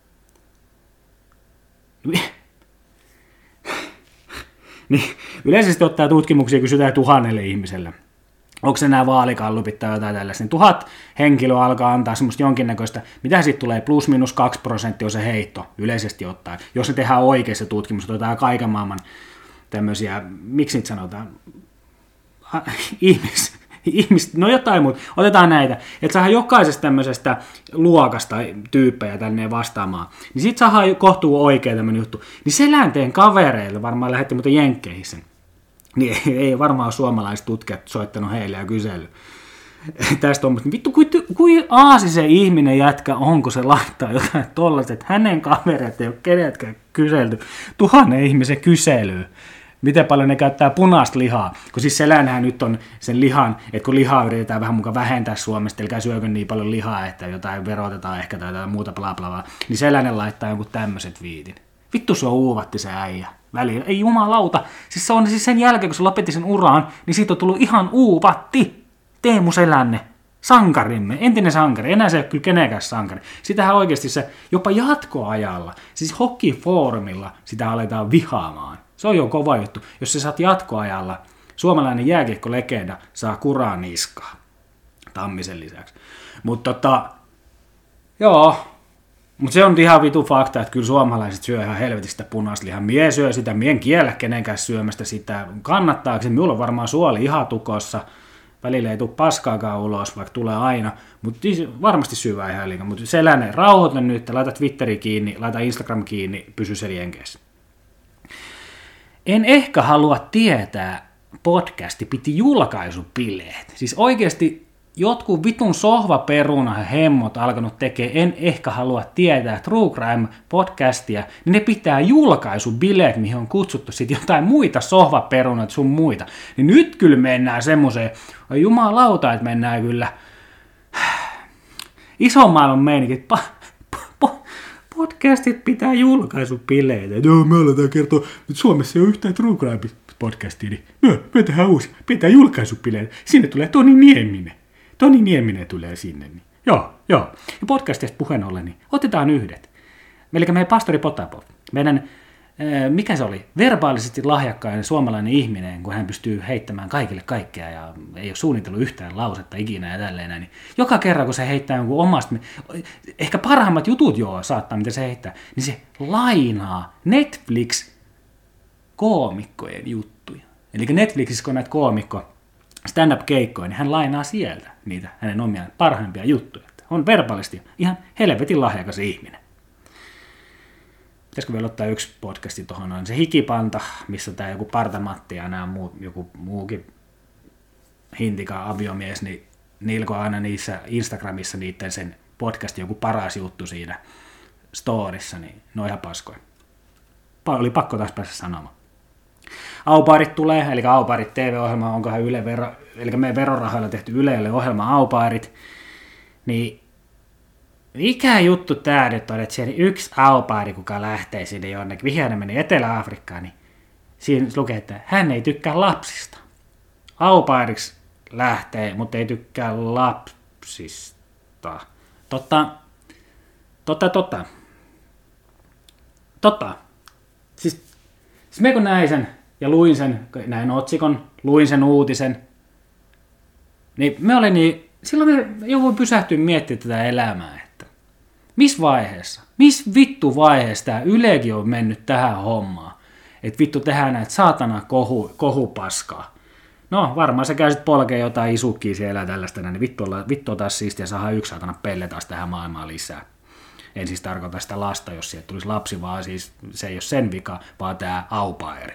Niin, yleisesti ottaa tutkimuksia kysytään tuhannelle ihmiselle. Onko se nämä vaalikallupit tai jotain tällaista, niin tuhat henkilöä alkaa antaa semmoista jonkinnäköistä, mitä siitä tulee, plus minus kaksi prosenttia on se heitto yleisesti ottaen. Jos ne tehdään oikeassa tutkimuksessa, otetaan kaiken maailman tämmöisiä, miksi niitä sanotaan, ihmis, ihmis, no jotain muuta, otetaan näitä, että saadaan jokaisesta tämmöisestä luokasta tyyppejä tänne vastaamaan, niin sit saadaan kohtuu oikea tämmöinen juttu. Niin Selänteen kavereille varmaan lähetti muuten jenkkeihin sen. Niin ei varmaan ole suomalaiset tutkijat soittanut heille ja kysely tästä on, mutta vittu, kuin, kuin aasi se ihminen jätkä on, kun se laittaa jotain tollaista, että hänen kavereet ei ole kenetkään kyselty tuhannen ihmisen kyselyyn, miten paljon ne käyttää punaista lihaa, kun siis Selännehän nyt on sen lihan, että kun lihaa yritetään vähän mukaan vähentää Suomesta, eli syökö niin paljon lihaa, että jotain verotetaan ehkä tai jotain muuta bla bla bla, niin Selänne laittaa jonkun tämmöiset viitin. Vittu se on uuvatti se äijä. Väliin. Ei jumalauta. Siis se on siis sen jälkeen, kun se lopetti sen uraan, niin siitä on tullut ihan uuvatti. Teemu Selänne. Sankarimme. Entinen sankari. Enää se ei ole kyllä kenenkään sankari. Sitähän oikeasti se jopa jatkoajalla, siis hockeyfoorumilla sitä aletaan vihaamaan. Se on jo kova juttu. Jos sä saat jatkoajalla suomalainen jääkiekkolegenda saa kuraa niskaa Tammisen lisäksi. Mutta tota, joo, mutta se on ihan vitu fakta, että kyllä suomalaiset syö ihan helvetistä punaislihaa. Mie syö sitä, mie en kiellä kenenkään syömästä sitä. Kannattaako? Minulla on varmaan suoli ihan tukossa. Välillä ei tule paskaakaan ulos, vaikka tulee aina. Mutta varmasti syvää ihan liikaa. Mutta Selänen, rauhoita nyt, laita Twitteri kiinni, laita Instagram kiinni, pysy sen jenkeissä. En ehkä halua tietää, podcasti piti julkaisubileet. Siis oikeasti jotkut vitun sohvaperuna hemmot alkanut tekee, en ehkä halua tietää True Crime podcastia, niin ne pitää julkaisubileet, mihin on kutsuttu sitten jotain muita sohvaperunoita sun muita. Niin nyt kyllä mennään semmoiseen, jumalauta, että mennään kyllä ison maailman meininki, että podcastit pitää julkaisubileitä. Joo, me aletaan kertoa, että Suomessa ei ole yhtään True Crime podcastia, niin me, me tehdään uusi, pitää julkaisubileitä. Sinne tulee Toni Nieminen. Toni Nieminen tulee sinne. Niin. Joo, joo. Ja podcastista puheen ollen, niin otetaan yhdet. Eli meidän pastori Potapov, meidän, äh, mikä se oli, verbaalisesti lahjakkainen suomalainen ihminen, kun hän pystyy heittämään kaikille kaikkea ja ei ole suunnitellut yhtään lausetta ikinä ja tälleen näin. Niin joka kerran, kun se heittää jonkun omasta, ehkä parhaimmat jutut joo saattaa, mitä se heittää, niin se lainaa Netflix-koomikkojen juttuja. Eli Netflixissä, kun on näitä koomikko stand-up-keikkoja, niin hän lainaa sieltä niitä hänen omia parhaimpia juttuja. On verbaalisti ihan helvetin lahjakas ihminen. Pitäisikö vielä ottaa yksi podcasti tuohon noin? Se Hikipanta, missä tämä joku Parta-Matti ja nämä muu, joku muukin hintika aviomies, niin niillä on aina niissä Instagramissa niiden sen podcastin joku paras juttu siinä storissa, niin ne on ihan paskoja. Oli pakko taas päästä sanomaan. Aupairit tulee, eli Aupairit T V-ohjelma, onkohan Yle vero, eli meidän verorahoilla tehty Ylelle ohjelma Aupairit, niin mikä juttu tää nyt on, että siellä yksi aupairi, kuka lähtee sinne jonnekin, vihreänä meni Etelä-Afrikkaan, niin siinä lukee, että hän ei tykkää lapsista. Aupairiksi lähtee, mutta ei tykkää lapsista. Totta, totta, totta. Totta. Siis, siis me kun näin sen, ja luin sen, näin otsikon, luin sen uutisen, niin me olin niin, silloin me jouduin pysähtyä miettimään tätä elämää, että missä vaiheessa, missä vittu vaiheessa tämä Ylekin on mennyt tähän hommaan, että vittu tehdään näitä saatana kohu, kohupaskaa. No varmaan se käy sitten polkee jotain isukkia siellä ja tällaista, niin vittu, olla, vittu on taas siistiä saada yksi saatana pelle taas tähän maailmaan lisää. En siis tarkoita sitä lasta, jos sieltä tulisi lapsi, vaan siis se ei ole sen vika, vaan tämä aupairi.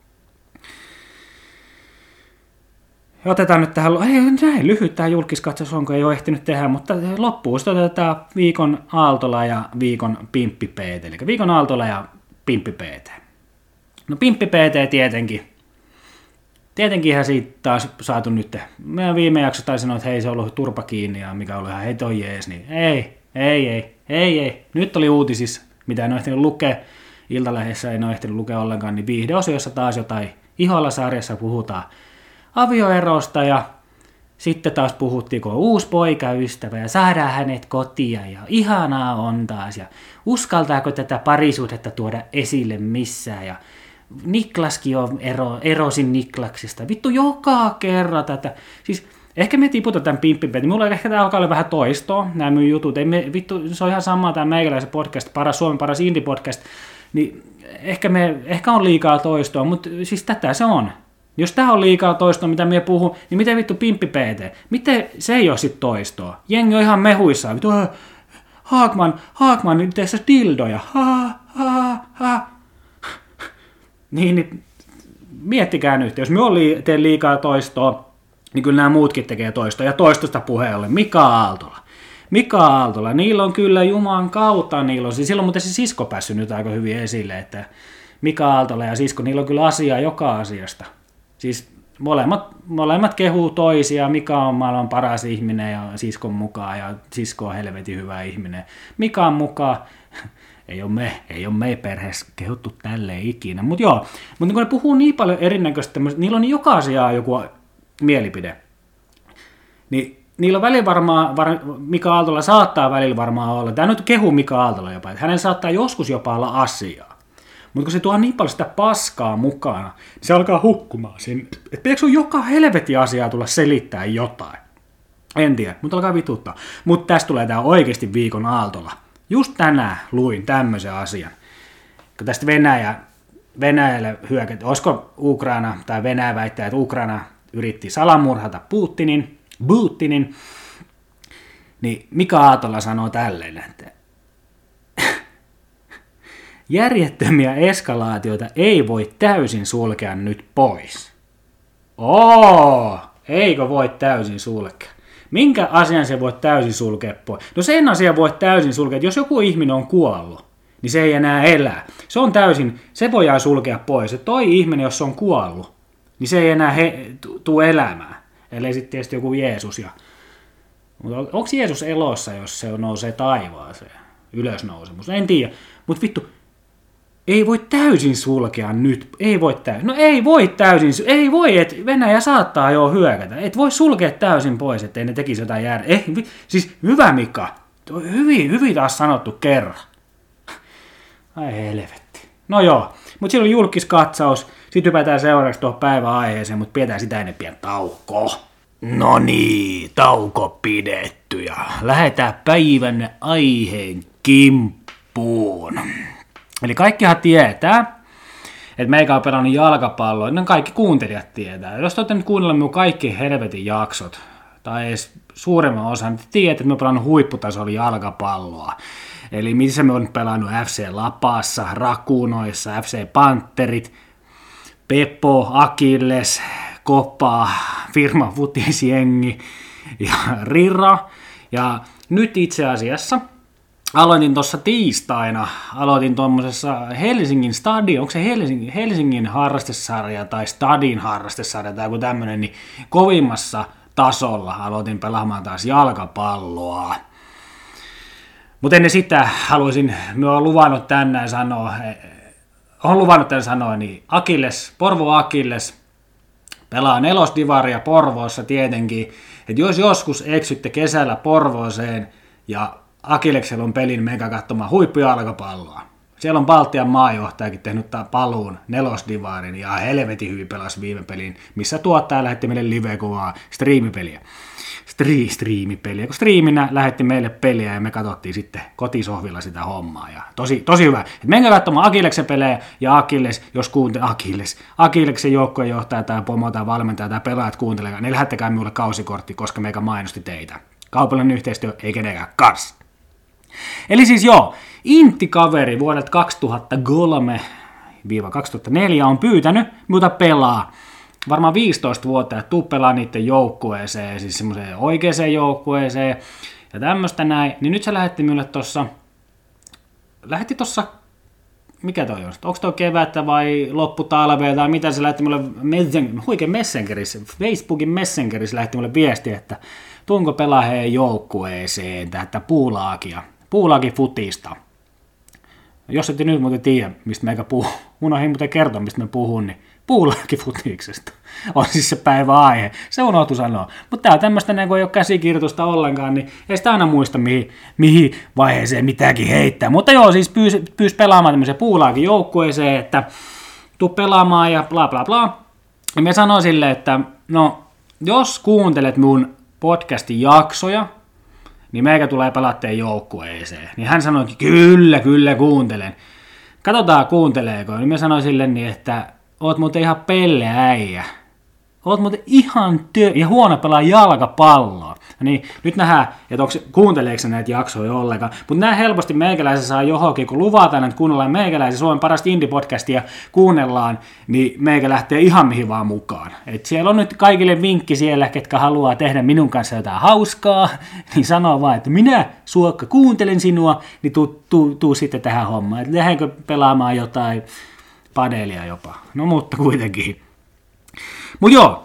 Ja otetaan nyt tähän, ei näin lyhyt tämä julkiskatsaus, onko ei ole ehtinyt tehdä, mutta loppuun sitten otetaan viikon Aaltola ja viikon Pimppi P T, eli viikon Aaltola ja Pimppi P T. No Pimppi P T tietenkin. Tietenkinhän siitä taas saatu nyt. Mä viime jaksossa taisin sanoa, että hei se on ollut turpa kiinni ja mikä oli ihan hei toi jees, niin ei, ei, ei, ei, ei. Nyt oli uutisissa, mitä en ole ehtinyt lukea, Iltalehdessä en ole ehtinyt lukea ollenkaan, niin viihdeosiossa taas jotain Iholla-sarjassa puhutaan avioerosta ja sitten taas puhuttiin, kun on uusi poikaystävä ja saadaan hänet kotia ja ihanaa on taas ja uskaltaako tätä parisuhdetta tuoda esille missään ja Niklaskin on ero, erosin Niklaksista. Vittu joka kerran tätä. Siis ehkä me tiputaan tämän pimppipetin. Mulla ehkä tämä alkaa olla vähän toistoa, nämä mun jutut. Ei me, vittu, se on ihan sama tämä meikäläisen podcast, paras Suomen paras indie-podcast. Niin ehkä, me, ehkä on liikaa toistoa, mutta siis tätä se on. Jos tämä on liikaa toistoa, mitä me puhun, niin miten vittu Pimppi P T? Miten se ei ole sit toistoa? Jengi on ihan mehuissaan. Vittu, Haakman, Haakman, nyt teissä dildoja. Ha, ha, ha. Niin, niin miettikää nyt, jos me oli teen liikaa toistoa, niin kyllä nämä muutkin tekee toistoa. Ja toistosta puheelle, Mika Aaltola. Mika Aaltola, niillä on kyllä Jumalan kautta, niillä on, siis silloin muuten se sisko päässyt nyt aika hyvin esille, että Mika Aaltola ja sisko, niillä on kyllä asiaa joka asiasta. Siis molemmat, molemmat kehuu toisia, Mika on maailman paras ihminen ja siskon mukaan, ja sisko on helvetin hyvä ihminen. Mika on mukaan, ei ole me, ei ole me perheessä kehuttu tälleen ikinä, mutta joo, mutta kun ne puhuu niin paljon erinäköistä, niillä on joka asiaa joku mielipide, niin niillä on välillä varmaan, var, Mika Aaltola saattaa välillä varmaan olla, tämä nyt kehu Mika Aaltola jopa, että hänellä saattaa joskus jopa olla asiaa. Mutta kun se tuo niin paljon sitä paskaa mukana, niin se alkaa hukkumaan siinä. Että pitääkö sun joka helvetin asiaa tulla selittää jotain? En tiedä, mutta alkaa vituttaa. Mutta tästä tulee tää oikeasti viikon aaltolla. Just tänään luin tämmöisen asian. Kun tästä Venäjä, Venäjälle hyökättiin, olisiko Ukraina tai Venäjä väittää, että Ukraina yritti salamurhata Putinin, Putinin, niin Mika Aatola sanoo tälleen, että järjettömiä eskalaatioita ei voi täysin sulkea nyt pois. Oo, eikö voi täysin sulkea? Minkä asian se voi täysin sulkea pois? No sen asian voi täysin sulkea, että jos joku ihminen on kuollut, niin se ei enää elää. Se on täysin, se voidaan sulkea pois. Että toi ihminen, jos se on kuollut, niin se ei enää he, tule elämään. Ellei sitten tietysti joku Jeesus. Ja... Mutta onko Jeesus elossa, jos se nousee taivaaseen? Ylösnousemus. En tiedä. Mutta vittu, ei voi täysin sulkea nyt. Ei voi täysin. No ei voi täysin. Ei voi, että Venäjä saattaa jo hyökätä. Et voi sulkea täysin pois, ettei ne tekisi jotain jär... Eh, siis hyvä Mika. Hyvin, hyvin taas sanottu kerran. Ai helvetti. No joo, mutta siinä oli julkiskatsaus. Sitten hypätään seuraavaksi tuohon päivän aiheeseen, mutta pidetään sitä ennen pian taukoa. No niin, tauko pidetty ja lähdetään päivän aiheen kimppuun. Eli kaikkihan tietää, että meikä on pelannut jalkapalloa, no kaikki kuuntelijat tietää. Jos te olette nyt kuunnellut minun kaikki helvetin jaksot, tai edes suuremman osan, niin te tiedätte, että minä olen pelannut huipputasolla jalkapalloa. Eli missä me on pelannut F C Lapassa, Rakunoissa, F C Panterit, Peppo, Akilles, Koppa, Firma Futisjengi ja Rira. Ja nyt itse asiassa aloitin tuossa tiistaina, aloitin tuommoisessa Helsingin stadion, onko se Helsingin, Helsingin harrastesarja tai Stadin harrastesarja tai joku tämmöinen, niin kovimmassa tasolla aloitin pelaamaan taas jalkapalloa. Mutta ennen sitä haluaisin, me olen luvannut tänään sanoa, olen luvannut tänään sanoa, niin Akilles, Porvo Akilles pelaa nelosdivaria Porvoossa tietenkin, että jos joskus eksytte kesällä Porvooseen ja Akilleksella on pelin meikä katsomaan huippujalkapalloa. Siellä on Baltian maajohtajakin tehnyt paluun nelosdivarin ja helvetin hyvin pelasi viime pelin, missä tuottaja lähetti meille live-kuvaa striimipeliä. Stri, striimipeliä, kun striiminä lähetti meille peliä ja me katsottiin sitten kotisohvilla sitä hommaa. Ja tosi, tosi hyvä. Et menkää katsomaan Akilleksen pelejä ja Akilles, jos kuuntelee Akilles, Akilleksen joukkojen johtaja tai pomo tai valmentaja tai pelaajat kuuntelekaa, niin lähettäkää minulle kausikortti, koska meikä mainosti teitä. Kaupallinen yhteistyö ei kenenkään kanssa. Eli siis joo, Intti-kaveri vuodelta kaksituhattakolme kaksituhattaneljä on pyytänyt minulta pelaa varmaan viisitoista vuotta, että tuu pelaa niiden joukkueeseen, siis semmoiseen oikeaan joukkueeseen ja tämmöistä näin, niin nyt se lähetti minulle tossa, lähetti tossa, mikä toi on, onko toi kevättä vai lopputalvea tai mitä se lähetti minulle, huikein Messengerissä, Facebookin Messengerissä lähetti minulle viesti, että tuunko pelaa heidän joukkueeseen, tätä puulaakia, puulaakin futista. Jos ette nyt muuten tiedä, mistä meikä puhuu, unohdin muuten kertoa, mistä me puhun, niin puulaakin futiksesta on siis se päivän aihe. Se unohtu sanoa. Mutta tää on tämmöistä, kun ei ole käsikirjoitusta ollenkaan, niin ei sitä aina muista, mihin, mihin vaiheeseen mitäkin heittää. Mutta joo, siis pyysi, pyysi pelaamaan tämmöiseen puulaakin joukkueeseen, että tuu pelaamaan ja bla bla bla. Ja me sanoin silleen, että no, jos kuuntelet mun podcastin jaksoja, niin meikä tulee pelaa teidän joukkueeseen. Niin hän sanoi, että kyllä, kyllä kuuntelen. Katsotaan kuunteleeko. Niin mä sanoin sille niin, että oot muuten ihan pelle äijä. Oot muuten ihan työ... ja huono pelaa jalkapalloa. Niin nyt nähdään, että onko, kuunteleeko näitä jaksoja ollenkaan. Mutta näin helposti meikäläisen saa johonkin, kun luvataan, että kuunnellaan meikäläisen Suomen parasta indie-podcastia kuunnellaan, niin meikä lähtee ihan mihin vaan mukaan. Et siellä on nyt kaikille vinkki siellä, ketkä haluaa tehdä minun kanssa jotain hauskaa, niin sanoo vaan, että minä Suokka kuuntelen sinua, niin tuu, tuu, tuu sitten tähän hommaan. Että lähdenkö pelaamaan jotain padelia jopa. No mutta kuitenkin. Mut joo,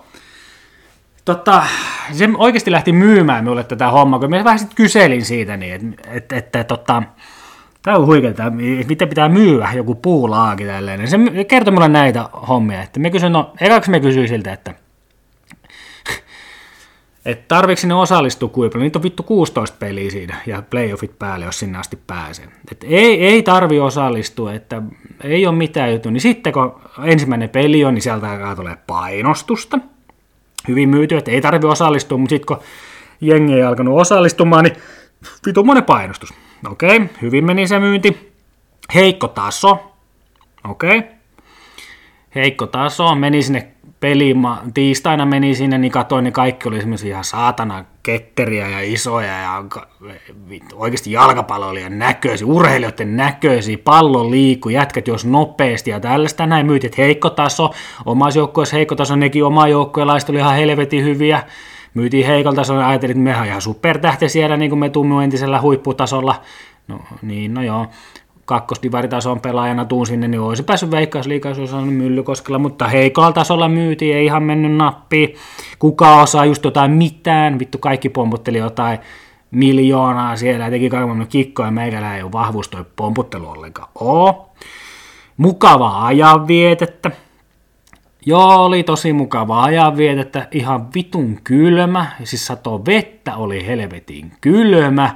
totta, se oikeasti lähti myymään minulle tätä hommaa, kun minä vähän sitten kyselin siitä, niin että et, et, et, tota, tämä on huikeaa, miten pitää myyä joku puulaaki tälleen. Se kertoi minulle näitä hommia, että me kysyin, no ekaksi me kysyin siltä, että että tarviiko sinne osallistua kuinka paljon, niitä on vittu kuusitoista peliä siinä ja playoffit päälle, jos sinne asti pääsee. Et ei, ei tarvi osallistua, että ei ole mitään juttua, niin sitten kun ensimmäinen peli on, niin sieltä alkaa tulee painostusta, hyvin myyty, että ei tarvi osallistua, mutta sitten kun jengi ei alkanut osallistumaan, niin vittu monen painostus. Okei, hyvin meni se myynti, heikko taso, okei, heikko taso, meni sinne peliin, tiistaina meni sinne, niin katsoin, ne kaikki oli semmoisia ihan saatana ketteriä ja isoja ja oikeasti jalkapallo oli näköisiä, urheilijoiden näköisiä, pallo liikkui, jätkät jos nopeasti ja tällaista näin myytiin, että heikko taso, omassa joukkueessa heikko taso, nekin oma joukkueenlaiset oli ihan helvetin hyviä, myytiin heikolta tasolla, ajattelin, että mehän on ihan supertähti siellä, niin kuin me tumme entisellä huipputasolla, no niin, no joo. Kakkosdivaritason pelaajana tuun sinne, niin olisi päässyt Veikkausliigaan, jos olisi saanut Myllykoskella, mutta heikolla tasolla myytiin, ei ihan mennyt nappiin. Kuka osaa just jotain mitään, vittu kaikki pomputteli jotain miljoonaa siellä, ja teki kaiken kikkoja, meikällä ei ole vahvuus toi pomputtelu ollenkaan oo. Mukavaa ajanvietettä. Joo, oli tosi mukavaa ajanvietettä, ihan vitun kylmä, siis satoi vettä, oli helvetin kylmä.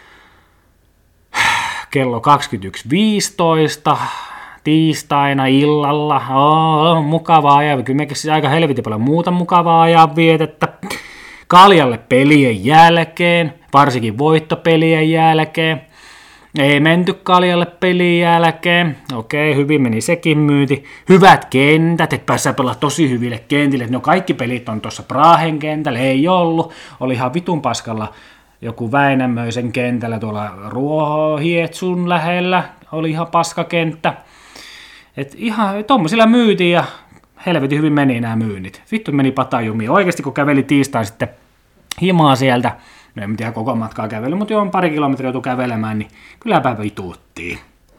Kello kaksikymmentäyksi viisitoista tiistaina illalla, oh, mukavaa ajan, kyllä mekin siis aika helvetin paljon muuta mukavaa ajanvietettä. Kaljalle pelien jälkeen, varsinkin voittopelien jälkeen, ei menty Kaljalle pelien jälkeen, okei, hyvin meni sekin myynti. Hyvät kentät, että päässään pelaa tosi hyville kentille, no kaikki pelit on tuossa Prahen kentällä, ei ollut, oli ihan vitun paskalla. Joku Väinämöisen kentällä tuolla Ruohietsun lähellä oli ihan paskakenttä. Et ihan tommosilla myytiin ja helvetin hyvin meni nämä myynnit. Vittu meni patajumiin. Oikeasti kun käveli tiistain sitten himaa sieltä, no en tiedä koko matkaa kävely, mutta joo pari kilometriä joutui kävelemään, niin kylläpä vituuttiin.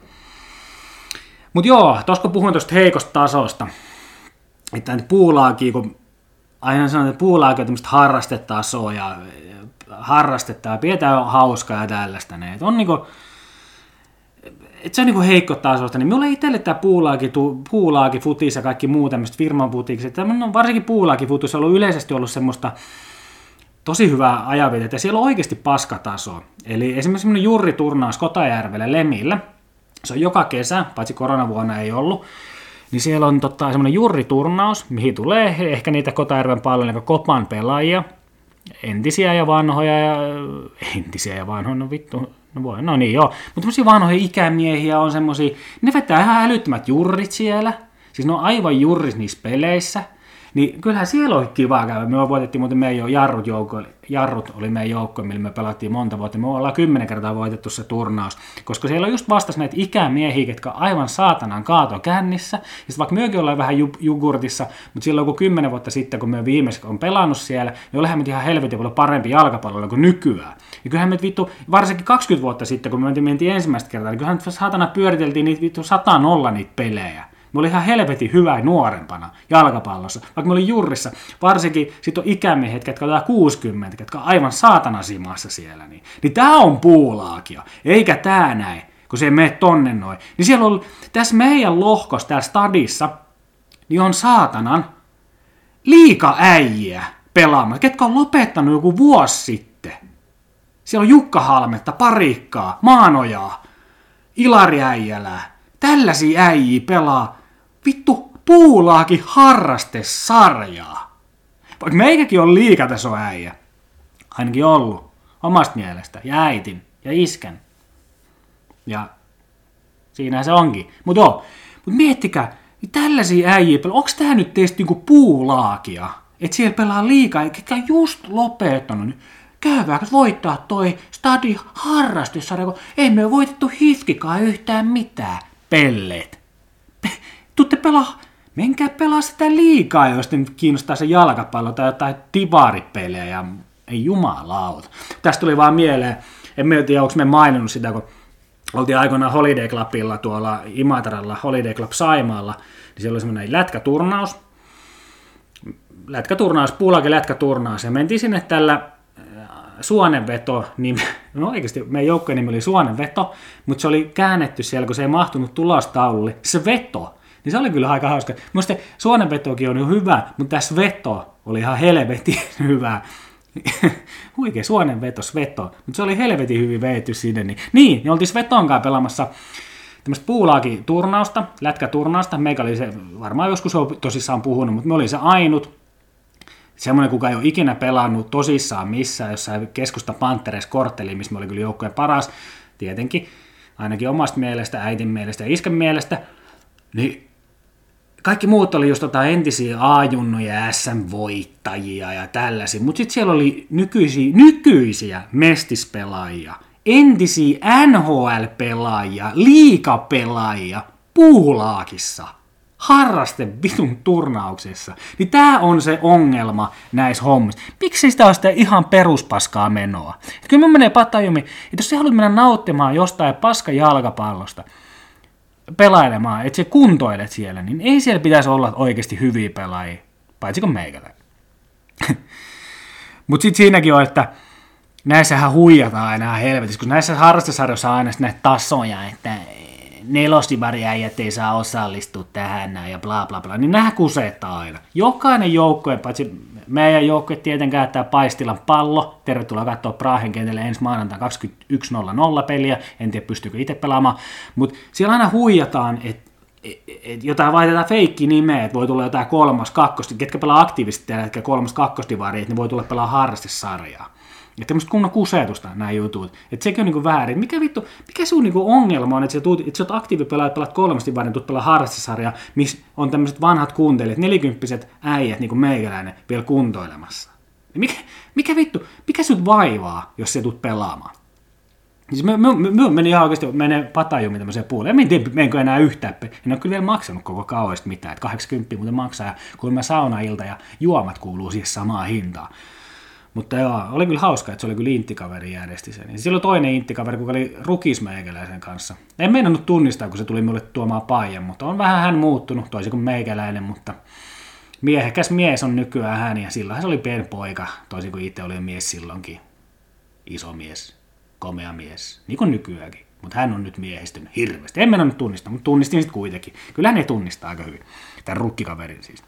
Mutta joo, tuossa kun puhuin tuosta heikosta tasosta, että puulaakin, kun aina sanon, että puulaakin on tämmöistä harrastetasoa ja harrastetaan, pidetään hauskaa ja tällaista. Että on niinku, että se on niinku heikko tasosta, niin minulla itselle tämä puulaaki, puulaaki futis ja kaikki muu tämmöiset firman futikset, varsinkin puulaaki futis on ollut yleisesti ollut semmoista tosi hyvää ajanvietettä, ja siellä on oikeasti paskatasoa. Eli esimerkiksi semmoinen jurriturnaus Kotajärvellä Lemillä, se on joka kesä, paitsi koronavuonna ei ollut, niin siellä on tota, semmoinen jurriturnaus, mihin tulee ehkä niitä Kotajärven paljon niin Kopan pelaajia, entisiä ja vanhoja, ja, entisiä ja vanhoja, no vittu, no voi, no niin joo, mutta semmoisia vanhoja ikämiehiä on semmoisia, ne vetää ihan älyttömät jurrit siellä, siis ne on aivan jurris niissä peleissä, niin kyllähän siellä oli kiva käydä. Me voitettiin muuten meidän jarrut joukko, jarrut oli meidän joukko, millä me pelattiin monta vuotta. Me ollaan kymmenen kertaa voitettu se turnaus, koska siellä on just vastas näitä ikämiehiä, ketkä aivan saatanan kaato kännissä. Ja sitten vaikka myökin ollaan vähän jugurtissa, mutta silloin kun kymmenen vuotta sitten, kun me viimeksi on pelannut siellä, niin olihan me ihan helvetin paljon parempi jalkapallolla kuin nykyään. Ja kyllähän me vittu, varsinkin kaksikymmentä vuotta sitten, kun me mentiin ensimmäistä kertaa, niin kyllähän me saatana pyöriteltiin niitä vittu sata nolla niitä pelejä. Me oli ihan helvetin hyvä nuorempana jalkapallossa, vaikka me oli jurrissa, varsinkin sitten on ikämiehet, ketkä on kuusikymmentä, ketkä on aivan saatana simassa siellä. Niin, niin tää on puulaakia, eikä tää näin, kun se ei mene tonne noin. Niin siellä on, tässä meidän lohkossa, täällä stadissa, niin on saatanan liigaäijiä pelaamaan, ketkä on lopettanut joku vuosi sitten. Siellä on Jukka Halmetta, Parikkaa, Maanojaa, Ilari Äijälää. Tällaisia äijiä pelaa vittu puulaakin harrastesarjaa. Vaikka meikäkin on liigataso äijä. Ainakin ollut. Omasta mielestä. Ja äitin. Ja iskän. Ja siinä se onkin. Mut joo. Mut miettikää. Niin tällaisia äijiä pelaa. Onks tää nyt teistä niinku puulaakia? Et siellä pelaa liigaa. Ketkä on just lopettanut. Käydäänkö voittaa toi stadi harrastesarja, kun ei me ole voitettu hifkikaan yhtään mitään. Pelleet. Tuutte pelaa, menkää pelaa sitä liigaa, jos te kiinnostaa se jalkapallo tai jotain divaripelejä ja ei jumalauta. Tästä tuli vaan mieleen, en mä tiedä, onko me maininnut sitä, kun oltiin aikoinaan Holiday Clubilla tuolla Imatralla, Holiday Club Saimaalla, niin siellä oli semmoinen lätkäturnaus, lätkäturnaus, puulakin lätkäturnaus, ja mentiin sinne tällä Suonenveto, niin, no oikeasti meidän joukkojen nimi oli Suonenveto, mutta se oli käännetty siellä, kun se ei mahtunut tulostaululle, Sveto, niin se oli kyllä aika hauska. Minusta Suonenvetokin on jo hyvä, mutta tämä Sveto oli ihan helvetin hyvä. Huikea suonen vetos veto, mutta se oli helvetin hyvin veetty sinne. Niin, niin, niin oltiin Svetonkaan pelaamassa tämmöistä puulaakin-turnausta, lätkäturnausta. Meikä oli se, varmaan joskus on tosissaan puhunut, mutta me oli se ainut. Semmoinen, kuka ei ole ikinä pelannut tosissaan missään, jossain keskusta Pantereissa kortteliin, missä me oli kyllä joukkojen paras, tietenkin, ainakin omasta mielestä, äitin mielestä ja iskän mielestä, niin kaikki muut oli just tota entisiä A-junnuja ja S M-voittajia ja tällaisia, mutta sitten siellä oli nykyisiä, nykyisiä mestispelaajia, entisiä N H L-pelaajia, liigapelaajia puulaakissa, harraste vitun turnauksessa. Niin tää on se ongelma näissä hommissa. Miksi sitä on sitä ihan peruspaskaa menoa? Et kyllä mä menee patajumi, että jos sä haluat mennä nauttimaan jostain paska jalkapallosta, pelailemaan, että sä kuntoilet siellä, niin ei siellä pitäisi olla oikeasti hyviä pelaajia, paitsi kuin meikäläinen. Mutta sitten siinäkin on, että näissähän huijataan aina helvetissä, kun näissä harrastesarjoissa on aina näitä tasoja, että nelosdivarijäijät ei saa osallistua tähän ja bla bla bla, niin nämä kusettaa aina. Jokainen joukkue, paitsi meidän joukkue tietenkään tämä Paistilan pallo, tervetuloa katsoa Prahen kentälle ensi maanantai kaksikymmentäyksi nolla nolla peliä, en tiedä pystyykö itse pelaamaan, mutta siellä aina huijataan, että et jotain vaihdetaan feikki nimeä, että voi tulla jotain kolmas, kakkosti, ketkä pelaa aktiivisesti täällä, kolmas, kakkosdivaria, että ne voi tulla pelaa harrastesarjaa. Ja tämmöistä kunnon kusetusta nämä jutut. Että sekin on niinku väärin. Mikä vittu, mikä sun niinku ongelma on, että sä, tuut, että sä oot aktiivipelaaja, että pelaat kolmasti vaan, tuut pelaa harrastesarjaa, missä on tämmöiset vanhat kuuntelijat, nelikymppiset äijät, niin kuin meikäläinen, vielä kuntoilemassa. Mikä, mikä vittu, mikä sut vaivaa, jos sä tuut pelaamaan? Siis me, me, me, me meni ihan oikeasti, menee patajumi tämmöiseen puoleen. En tiedä, menenkö enää yhtään. En ole kyllä vielä maksanut koko kauheasti mitään. Että kahdeksankymmentä muuten maksaa, ja kuulemma saunailta ja juomat kuuluu siihen samaan hintaan. Mutta joo, oli kyllä hauska, että se oli kyllä inttikaveri järjesti sen. Ja silloin toinen inttikaveri, kuka oli rukis meikäläisen kanssa. En meinannut tunnistaa, kun se tuli minulle tuomaan paijan, mutta on vähän hän muuttunut, toisin kuin meikäläinen, mutta miehekäs mies on nykyään hän, ja silloin se oli pieni poika, toisin kuin itse oli mies silloinkin. Iso mies, komea mies, niin kuin nykyäänkin. Mutta hän on nyt miehistynyt hirveästi. En meinannut tunnistaa, mutta tunnistin sitten kuitenkin. Kyllä hän ei tunnista aika hyvin, tämän rukkikaverin siis.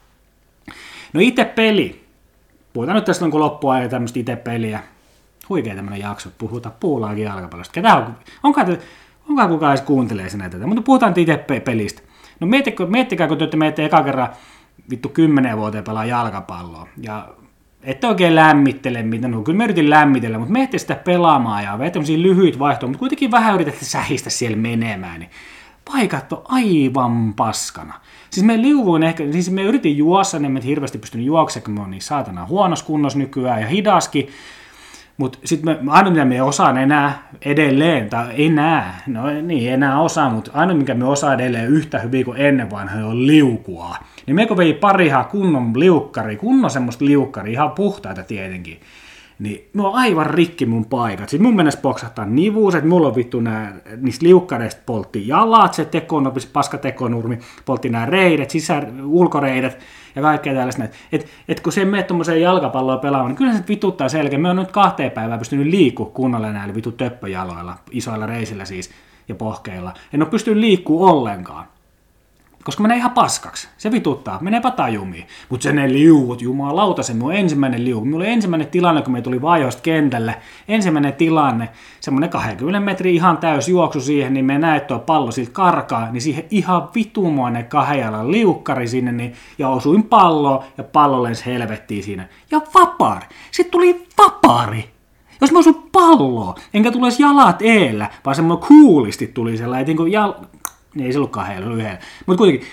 No itse peli. Puhutaan nyt tästä kun loppua ja tämmöistä itse peliä. Huikea tämmöinen jakso, että puhutaan puulaakin jalkapallosta. Ketä on? Onkaan, onkaan kukaan edes kuuntelee sinä tätä, mutta puhutaan itse pelistä. No miettikää, miettikää kun te olette menette eka kerran vittu kymmenen vuoteen pelaa jalkapalloa. Ja ette oikein lämmittele mitään. No kyllä mä yritin lämmitellä, mutta menette sitä pelaamaan ja veet tämmöisiä lyhyitä vaihtoja, mutta kuitenkin vähän yritätte sähistä siellä menemään. Niin paikat on aivan paskana. Siis me liuvuin ehkä, siis me yritin juossa, niin me et hirveästi pystynyt juoksemaan, kun me on niin saatana huonossa kunnossa nykyään ja hidaskin. Mutta sitten ainoa, mitä me osaan enää edelleen, tai enää, no niin, enää osaa, mutta ainoa, mikä me osaan edelleen yhtä hyvin kuin ennen vanhaa on liukua. Niin me kun vei parihan kunnon liukkari, kunnon semmoista liukkari, ihan puhtaita tietenkin, niin me on aivan rikki mun paikat. Sitten mun mennessä poksahtaa nivuus, että mulla on vittu nää, niistä liukkareista poltti jalat, se tekonopis, paskatekonurmi, poltti nämä reidet, sisä, ulkoreidet ja kaikkea tällaista. Että et kun se menee tuommoiseen jalkapalloa pelaamaan, niin kyllä se vituttaa selkeä. Me on nyt kahteen päivään pystynyt liikkua kunnolla näillä vittu töppöjaloilla, isoilla reisillä siis ja pohkeilla. En ole pystynyt liikkua ollenkaan. Koska menee ihan paskaksi. Se vituttaa. Meneepä tajumiin. Mutta se ne liuut, jumalauta, se mun ensimmäinen liu. Mulla oli ensimmäinen tilanne, kun me tuli vaihoista kentälle. Ensimmäinen tilanne, semmoinen kaksikymmentä metri ihan täys juoksu siihen, niin me näet, että tuo pallo siltä karkaa, niin siihen ihan vitumoinen kahden jalan liukkari sinne, niin, ja osuin palloon, ja pallo lensi helvettiin siinä. Ja vapaari. Sitten tuli vapaari. Jos mä osun palloa, enkä tulisi jalat eellä, vaan semmoinen kuulisti tuli sellainen, niin kuin jal... Niin ei se ollut kahdella, se oli yhdellä. Mutta kuitenkin,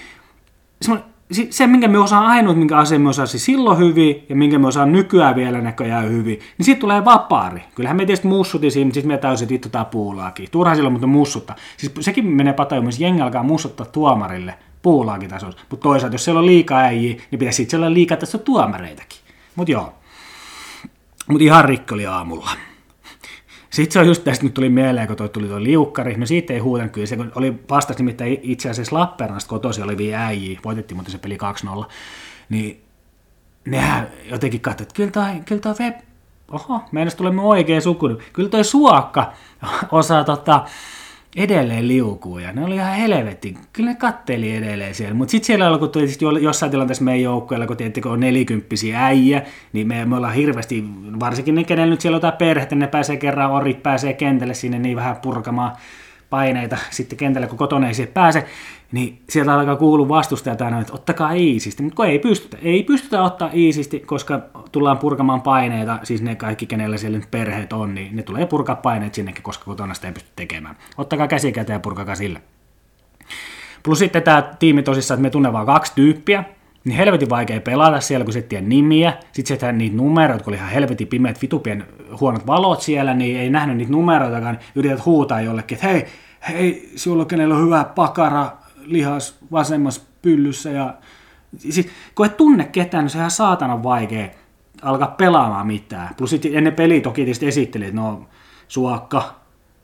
se minkä me osaan ainut, minkä asian me osasi silloin hyvin, ja minkä me osaan nykyään vielä näköjään hyvin, niin siitä tulee vapaari. Kyllähän me tietysti mussutin siinä, mutta sitten me täysin, että itse puulaakin. Turhaan silloin, mutta mussuttaa. Siis sekin menee patajumaan, jos jengi alkaa mussuttaa tuomarille puulaakin tasossa. Mutta toisaalta, jos siellä on liikaa äijiä, niin pitäisi sitten siellä olla liikaa tässä tuomareitakin. Mutta joo. Mutta ihan rikki oli aamulla. Sitten se on just tästä, nyt tuli mieleen, kun toi tuli tuo liukkari, no siitä ei huutanut kyllä, se oli vastas nimittäin itse asiassa Lappeenrannasta kotoisin olevia äijiä, voitettiin mutta se peli kaksi nolla, niin nehän jotenkin katsoivat, että kyllä toi, kyllä toi web, oho, meidän tulemme oikein suku, kyllä toi Suokka osaa tota, edelleen liukuu, ja ne oli ihan helvetti. Kyllä ne katteli edelleen siellä, mutta sitten siellä kun tuli jossain tilanteessa meidän joukkueella, kun tiedättekö on nelikymppisiä äijä, niin me, me ollaan hirveästi, varsinkin ne, kenellä nyt siellä on jotain perhettä, ne pääsee kerran, orit pääsee kentälle sinne niin vähän purkamaan paineita sitten kentälle, kun kotona ei siihen pääse, niin sieltä alkaa kuulua vastustajat aina, että ottakaa iisisti, mutta kun ei pystytä, ei pystytä ottaa iisisti, koska tullaan purkamaan paineita, siis ne kaikki, kenellä siellä nyt perheet on, niin ne tulee purkaa paineet sinnekin, koska kotona sitä ei pysty tekemään. Ottakaa käsikäteen ja purkakaa sillä. Plus sitten tämä tiimi tosissaan, että me tunnemme vaan kaksi tyyppiä, niin helvetin vaikea pelata siellä, kun se et tiedä nimiä, sitten se niitä numeroita, kun oli ihan helvetin pimeät vitupien huonot valot siellä, niin ei nähnyt niitä numeroitakaan, yrität huutaa jollekin, että hei, hei, sulla kenellä on hyvä pakara lihas vasemmassa pyllyssä, ja siis, kun et tunne ketään, niin se on ihan saatanan vaikea alkaa pelaamaan mitään. Plus sitten ennen peliä toki tietysti esitteli, että no Suakka,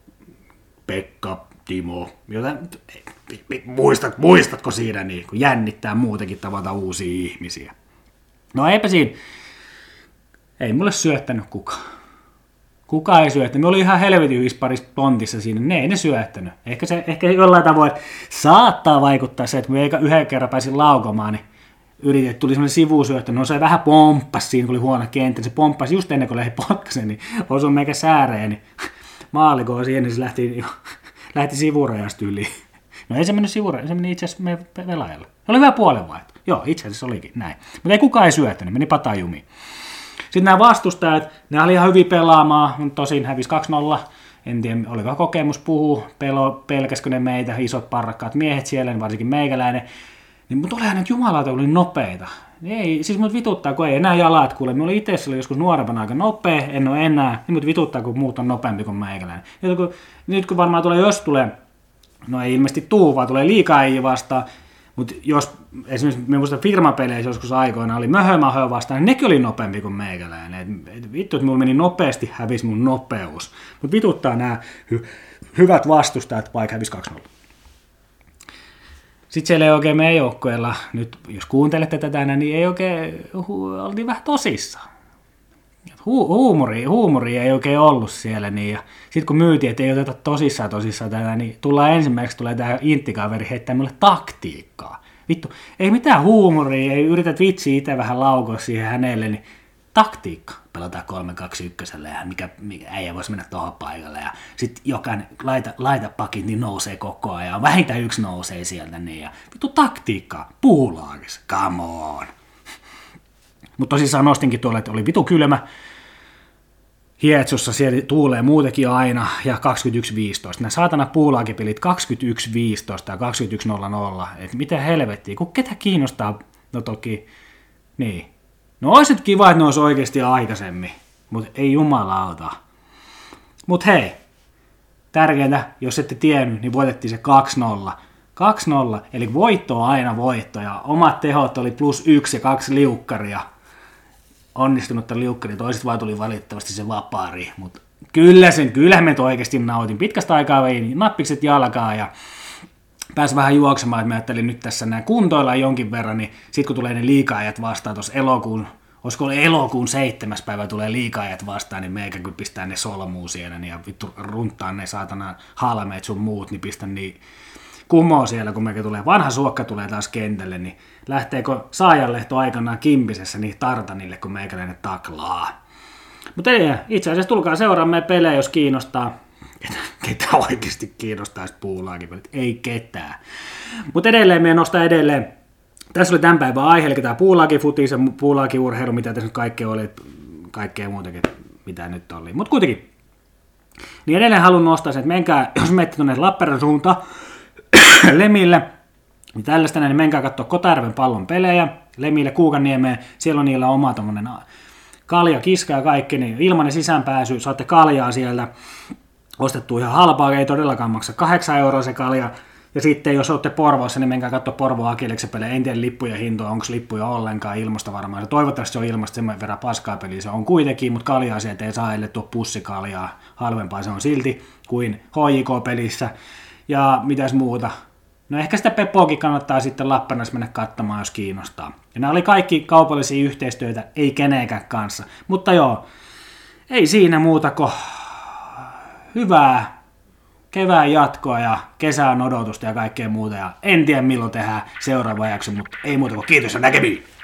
Pekka, Timo, jotain, muistat, muistatko siinä, niin, kun jännittää muutenkin tavata uusia ihmisiä. No eipä siinä, ei mulle syöttänyt kukaan. Kukaan ei syöttänyt. Me oli ihan helvetin hyvissä parissa pontissa siinä. Ne ei ne syöttänyt. Ehkä, se, ehkä jollain tavoin saattaa vaikuttaa se, että me yhden kerran pääsin laukomaan, niin yritin, että tuli semmoinen sivusyöttö. No se vähän pomppasi siinä, kun oli huono kenttä. Se pomppasi just ennen kuin lähti potkasen, niin osui meikä sääreen. Niin maalikoon siihen, niin se lähti, lähti sivurajasta yli. No ei se mennyt sivurajasta, se meni itse asiassa meidän pelaajalle. Se oli hyvä puolenvaihto. Joo, itse asiassa olikin näin. Mutta ei kukaan ei syöttänyt, meni patajumiin. Sitten nämä vastustajat, ne oli ihan hyvin pelaamaan, mutta tosin hävisi kaksi nolla. En tiedä, oliko kokemus puhuu, pelo, pelkäskö ne meitä, isot parrakkaat miehet siellä, niin varsinkin meikäläinen. Niin, mutta olihan nyt jumalauta, oli nopeita. Ei, siis mut vituttaa, kun ei enää jalat kuule. Mä olin itse joskus nuorempana aika nopea, en ole enää. Niin mut vituttaa, kun muut on nopeampi kuin meikäläinen. Ja kun, nyt kun varmaan tulee, jos tulee, no ei ilmeisesti tuu, vaan tulee liikaa ei vastaan. Mutta jos esimerkiksi me muistan firmapeleissä joskus aikoina oli möhömahö vastaan, niin nekin oli nopeampi kuin meikäläinen. Et, et vittu, että mulla meni nopeasti, hävisi mun nopeus. Mutta vituttaa nämä hy- hyvät vastustajat, vaikka hävisi kaksi nolla. Sitten siellä ei oikein meidän joukkueella, nyt jos kuuntelette tätä, niin ei oikein, hu- oltiin vähän tosissaan. Hu- huumori, huumori ei oikein ollut siellä. Niin, ja sitten kun myytiin, että ei oteta tosissaan tosissaan tätä, niin tullaan ensimmäiseksi, tulee tämä inttikaveri heittää mulle taktiikkaa. Vittu, ei mitään huumoria, ei yrität vitsiä itse vähän laukoa siihen hänelle, niin taktiikka. Pelataan kolme kaksi yksi ja mikä, mikä äijä voisi mennä tuohon paikalle. Ja sitten jokainen laita, laita pakit, niin nousee koko ajan. Vähintään yksi nousee sieltä. Niin, ja vittu taktiikkaa, puulaakissa, come on. Mutta tosissaan nostinkin tuolle, että oli vitu kylmä. Hietsussa siellä tuulee muutenkin aina, ja kaksikymmentäyksi viisitoista. Nämä saatana puulaakipelit kaksikymmentäyksi viisitoista ja kaksikymmentäyksi nolla nolla. Että mitä helvettiä, kun ketä kiinnostaa, no toki, niin. No olisi nyt kiva, että ne olisi oikeasti aikaisemmin, mutta ei jumalauta. Mutta hei, tärkeintä, jos ette tiennyt, niin voitettiin se kaksi nolla. kaksi nolla, eli voitto on aina voitto, ja omat tehot oli plus yksi ja kaksi liukkaria. Onnistunutta liukkari, toiset vaan tuli valitettavasti se vapaari, mutta kyllä sen, kyllähän me oikeasti nautin. Pitkästä aikaa vei nappikset jalkaa ja pääsi vähän juoksemaan, että mä ajattelin nyt tässä näin kuntoillaan jonkin verran, niin sit kun tulee ne liika-ajat vastaan tuossa elokuun, olisiko oli elokuun seitsemäs päivä tulee liika-ajat vastaan, niin meikä kun pistää ne solmuun siellä ja vittu runttaa ne saatana halmeet sun muut, niin pistän niin kumoo siellä, kun meikä tulee, vanha suokka tulee taas kentälle, niin lähteekö Saajanlehto aikanaan Kimpisessä niin tartanille, kun meikäläinen taklaa. Mutta ei, itse asiassa tulkaa seuraamaan meidän pelejä, jos kiinnostaa. Ketä, ketä oikeasti kiinnostaa puulaakin pelit? Ei ketään. Mutta edelleen me nostaa edelleen. Tässä oli tämän päivän aihe, eli tämä puulaakifutis ja puulaakiurheilu, mitä tässä nyt kaikkea oli, kaikkea muutakin, mitä nyt oli. Mutta kuitenkin, niin edelleen haluan nostaa sen, että menkää, jos menette tuonne Lappeenrannan suuntaan, Lemille, niin tällaista näin, niin menkää katsoa Kotajärven Pallon pelejä, Lemille, Kuukaniemeen, siellä on niillä oma tommonen kalja, kiska ja kaikki, niin ilmainen sisäänpääsy, saatte kaljaa sieltä, ostettu ihan halpaa, ei todellakaan maksa kahdeksan euroa se kalja, ja sitten jos olette Porvoossa, niin menkää katsoa Porvoon Akileksen pelejä, en tiedä lippuja hintoa, onko lippuja ollenkaan ilmasta varmaan, ja toivottavasti se on ilmasta sen verran paskaa peliä, se on kuitenkin, mutta kaljaa sieltä ei saa, ellei tuo pussikaljaa, halvempaa se on silti kuin H J K-pelissä. Ja mitäs muuta? No ehkä sitä Peppoakin kannattaa sitten Lappeenrannassa mennä katsomaan, jos kiinnostaa. Ja nämä oli kaikki kaupallisia yhteistyötä, ei kenenkään kanssa. Mutta joo, ei siinä muuta kuin hyvää kevään jatkoa ja kesän odotusta ja kaikkea muuta. Ja en tiedä milloin tehdään seuraava jakso, mutta ei muuta kuin kiitos ja näkemiin.